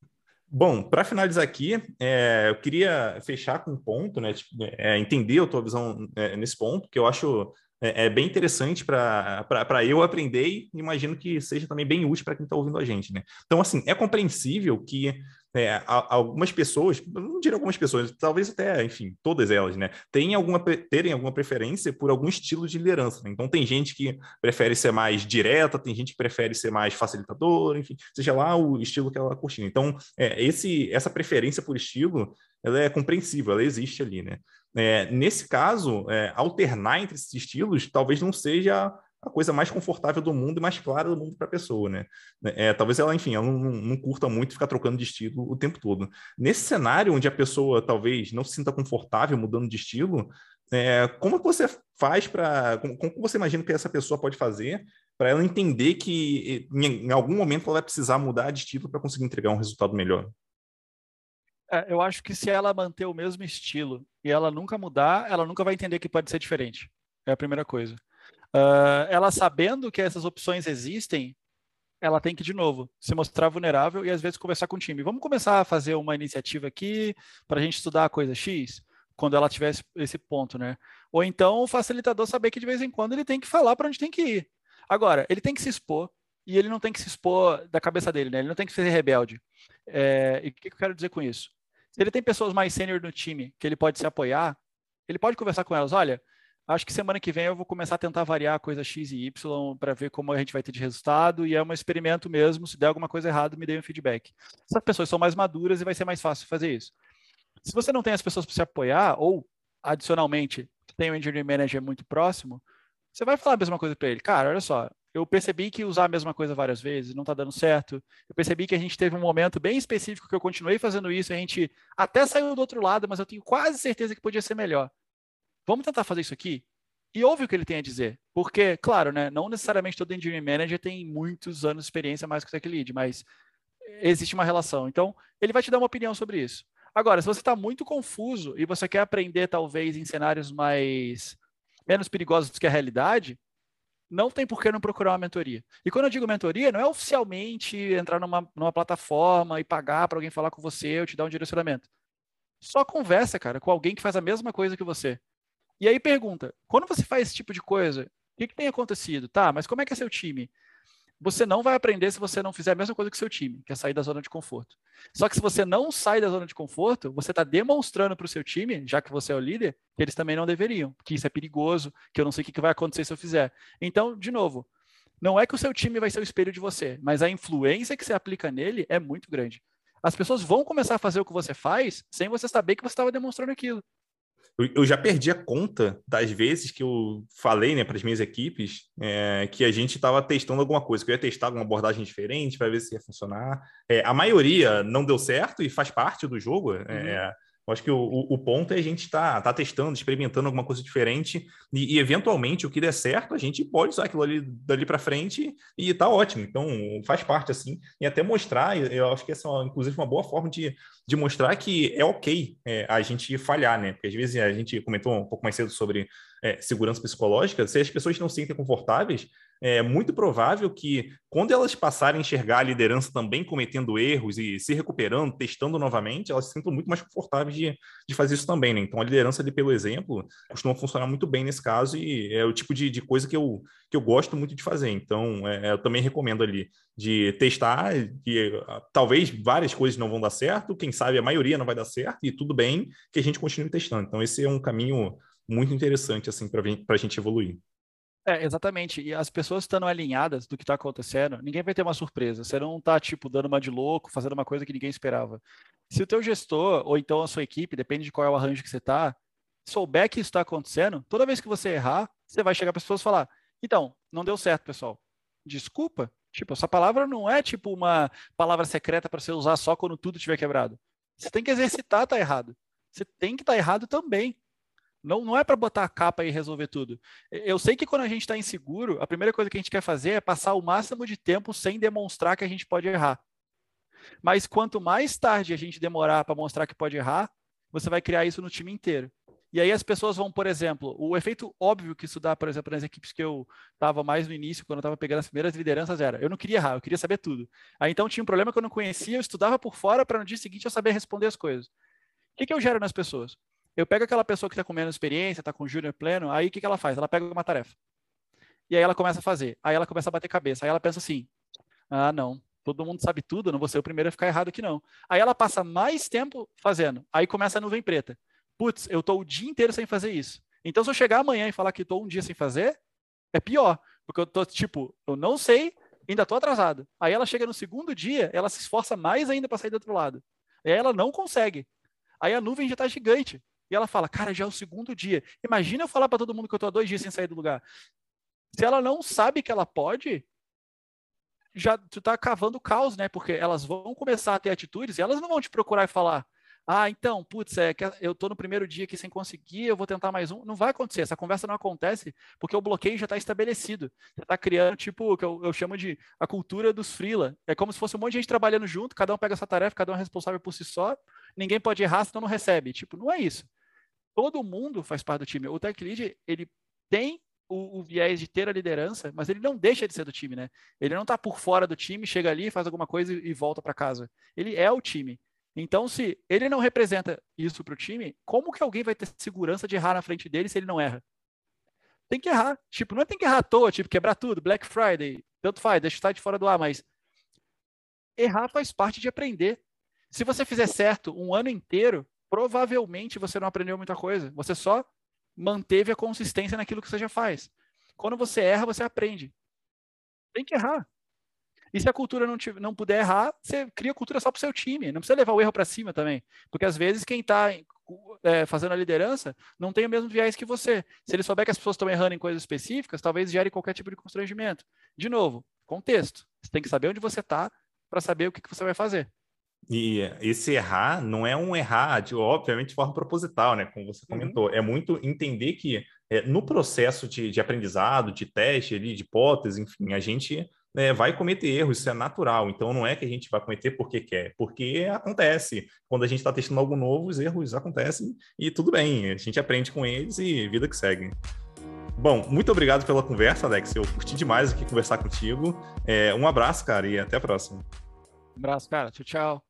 Bom, para finalizar aqui, é, eu queria fechar com um ponto, né? Tipo, é, entender a tua visão é, nesse ponto, que eu acho é, é bem interessante para eu aprender e imagino que seja também bem útil para quem está ouvindo a gente, né? Então, assim, é compreensível que é, algumas pessoas, não diria algumas pessoas, talvez até, enfim, todas elas, né, tenham alguma, terem alguma preferência por algum estilo de liderança, né? Então, tem gente que prefere ser mais direta, tem gente que prefere ser mais facilitador, enfim, seja lá o estilo que ela curtir. Então, é, esse, essa preferência por estilo, ela é compreensível, ela existe ali, né? É, nesse caso, é, alternar entre esses estilos talvez não seja a coisa mais confortável do mundo e mais clara do mundo para a pessoa, né? É, talvez ela, enfim, ela não, não curta muito ficar trocando de estilo o tempo todo. Nesse cenário onde a pessoa talvez não se sinta confortável mudando de estilo, é, como que você faz para... Como, como você imagina que essa pessoa pode fazer para ela entender que em, em algum momento ela vai precisar mudar de estilo para conseguir entregar um resultado melhor? É, eu acho que se ela manter o mesmo estilo e ela nunca mudar, ela nunca vai entender que pode ser diferente. É a primeira coisa. Uh, ela sabendo que essas opções existem, ela tem que, de novo, se mostrar vulnerável e às vezes conversar com o time. Vamos começar a fazer uma iniciativa aqui para a gente estudar a coisa X, quando ela tiver esse ponto, né? Ou então o facilitador saber que de vez em quando ele tem que falar para onde tem que ir. Agora, ele tem que se expor e ele não tem que se expor da cabeça dele, né? Ele não tem que ser rebelde. É, e o que eu quero dizer com isso? Se ele tem pessoas mais sênior no time que ele pode se apoiar, ele pode conversar com elas, olha, acho que semana que vem eu vou começar a tentar variar a coisa X e Y para ver como a gente vai ter de resultado, e é um experimento mesmo, se der alguma coisa errada, me dê um feedback. Essas pessoas são mais maduras e vai ser mais fácil fazer isso. Se você não tem as pessoas para se apoiar, ou, adicionalmente, tem um engineering manager muito próximo, você vai falar a mesma coisa para ele. Cara, olha só, eu percebi que usar a mesma coisa várias vezes não está dando certo. Eu percebi que a gente teve um momento bem específico que eu continuei fazendo isso, a gente até saiu do outro lado, mas eu tenho quase certeza que podia ser melhor. Vamos tentar fazer isso aqui? E ouve o que ele tem a dizer. Porque, claro, né, não necessariamente todo engineering manager tem muitos anos de experiência mais que o tech lead, mas existe uma relação. Então, ele vai te dar uma opinião sobre isso. Agora, se você está muito confuso e você quer aprender, talvez, em cenários mais menos perigosos do que a realidade, não tem por que não procurar uma mentoria. E quando eu digo mentoria, não é oficialmente entrar numa, numa plataforma e pagar para alguém falar com você ou te dar um direcionamento. Só conversa, cara, com alguém que faz a mesma coisa que você. E aí pergunta, quando você faz esse tipo de coisa, o que, que tem acontecido? Tá, mas como é que é seu time? Você não vai aprender se você não fizer a mesma coisa que seu time, que é sair da zona de conforto. Só que se você não sai da zona de conforto, você está demonstrando para o seu time, já que você é o líder, que eles também não deveriam, que isso é perigoso, que eu não sei o que vai acontecer se eu fizer. Então, de novo, não é que o seu time vai ser o espelho de você, mas a influência que você aplica nele é muito grande. As pessoas vão começar a fazer o que você faz sem você saber que você estava demonstrando aquilo. Eu, eu já perdi a conta das vezes que eu falei, né, para as minhas equipes é, que a gente estava testando alguma coisa, que eu ia testar alguma abordagem diferente para ver se ia funcionar. É, a maioria não deu certo e faz parte do jogo. É, Uhum. eu acho que o, o, o ponto é a gente estar tá, tá testando, experimentando alguma coisa diferente e, e, eventualmente, o que der certo, a gente pode usar aquilo ali dali para frente e tá ótimo. Então, faz parte, assim. E até mostrar, eu acho que essa é, inclusive, uma boa forma de, de mostrar que é ok é, a gente falhar, né? Porque, às vezes, a gente comentou um pouco mais cedo sobre é, segurança psicológica. Se as pessoas não se sentem confortáveis, é muito provável que, quando elas passarem a enxergar a liderança também cometendo erros e se recuperando, testando novamente, elas se sintam muito mais confortáveis de, de fazer isso também, né? Então, a liderança ali pelo exemplo costuma funcionar muito bem nesse caso e é o tipo de, de coisa que eu, que eu gosto muito de fazer. Então, é, eu também recomendo ali de testar, que talvez várias coisas não vão dar certo, quem sabe a maioria não vai dar certo e tudo bem que a gente continue testando. Então, esse é um caminho muito interessante, assim, para a gente evoluir. É, exatamente. E as pessoas estando alinhadas do que está acontecendo, ninguém vai ter uma surpresa. Você não está, tipo, dando uma de louco, fazendo uma coisa que ninguém esperava. Se o teu gestor, ou então a sua equipe, depende de qual é o arranjo que você está, souber que isso está acontecendo, toda vez que você errar, você vai chegar para as pessoas e falar, então, não deu certo, pessoal. Desculpa. Tipo, essa palavra não é, tipo, uma palavra secreta para você usar só quando tudo estiver quebrado. Você tem que exercitar tá errado. Você tem que estar tá errado também. Não, não é para botar a capa e resolver tudo. Eu sei que quando a gente está inseguro, a primeira coisa que a gente quer fazer é passar o máximo de tempo sem demonstrar que a gente pode errar. Mas quanto mais tarde a gente demorar para mostrar que pode errar, você vai criar isso no time inteiro. E aí as pessoas vão, por exemplo, o efeito óbvio que isso dá, por exemplo, nas equipes que eu estava mais no início, quando eu estava pegando as primeiras lideranças, era, eu não queria errar, eu queria saber tudo. Aí então tinha um problema que eu não conhecia, eu estudava por fora para no dia seguinte eu saber responder as coisas. O que, que eu gero nas pessoas? Eu pego aquela pessoa que está com menos experiência, está com júnior pleno, aí o que, que ela faz? Ela pega uma tarefa. E aí ela começa a fazer. Aí ela começa a bater cabeça. Aí ela pensa assim, ah, não, todo mundo sabe tudo, não vou ser o primeiro a ficar errado aqui não. Aí ela passa mais tempo fazendo. Aí começa a nuvem preta. Putz, eu estou o dia inteiro sem fazer isso. Então se eu chegar amanhã e falar que estou um dia sem fazer, é pior. Porque eu estou tipo, eu não sei, ainda estou atrasado. Aí ela chega no segundo dia, ela se esforça mais ainda para sair do outro lado. E aí ela não consegue. Aí a nuvem já está gigante. E ela fala, cara, já é o segundo dia. Imagina eu falar para todo mundo que eu estou há dois dias sem sair do lugar. Se ela não sabe que ela pode, já tu tá cavando caos, né? Porque elas vão começar a ter atitudes e elas não vão te procurar e falar, ah, então, putz, é, eu tô no primeiro dia aqui sem conseguir, eu vou tentar mais um. Não vai acontecer, essa conversa não acontece porque o bloqueio já está estabelecido. Você está criando, tipo, o que eu, eu chamo de a cultura dos freela. É como se fosse um monte de gente trabalhando junto, cada um pega essa tarefa, cada um é responsável por si só, ninguém pode errar, senão não recebe. Tipo, não é isso. Todo mundo faz parte do time. O tech lead, ele tem o, o viés de ter a liderança, mas ele não deixa de ser do time, né? Ele não está por fora do time, chega ali, faz alguma coisa e, e volta para casa. Ele é o time. Então, se ele não representa isso para o time, como que alguém vai ter segurança de errar na frente dele se ele não erra? Tem que errar. Tipo, não é tem que errar à toa, tipo, quebrar tudo, Black Friday, tanto faz, deixa estar de fora do ar, mas errar faz parte de aprender. Se você fizer certo um ano inteiro, provavelmente você não aprendeu muita coisa. Você só manteve a consistência naquilo que você já faz. Quando você erra, você aprende. Tem que errar. E se a cultura não, te, não puder errar, você cria cultura só para o seu time. Não precisa levar o erro para cima também. Porque às vezes quem está é, fazendo a liderança não tem o mesmo viés que você. Se ele souber que as pessoas estão errando em coisas específicas, talvez gere qualquer tipo de constrangimento. De novo, contexto. Você tem que saber onde você está para saber o que, que você vai fazer. E esse errar não é um errar, de, obviamente, de forma proposital, né? Como você Uhum. comentou. É muito entender que é, no processo de, de aprendizado, de teste, ali, de hipótese, enfim, a gente né, vai cometer erros, isso é natural. Então, não é que a gente vai cometer porque quer, porque acontece. Quando a gente está testando algo novo, os erros acontecem e tudo bem. A gente aprende com eles e vida que segue. Bom, muito obrigado pela conversa, Alex. Eu curti demais aqui conversar contigo. É, um abraço, cara, e até a próxima. Um abraço, cara. Tchau, tchau.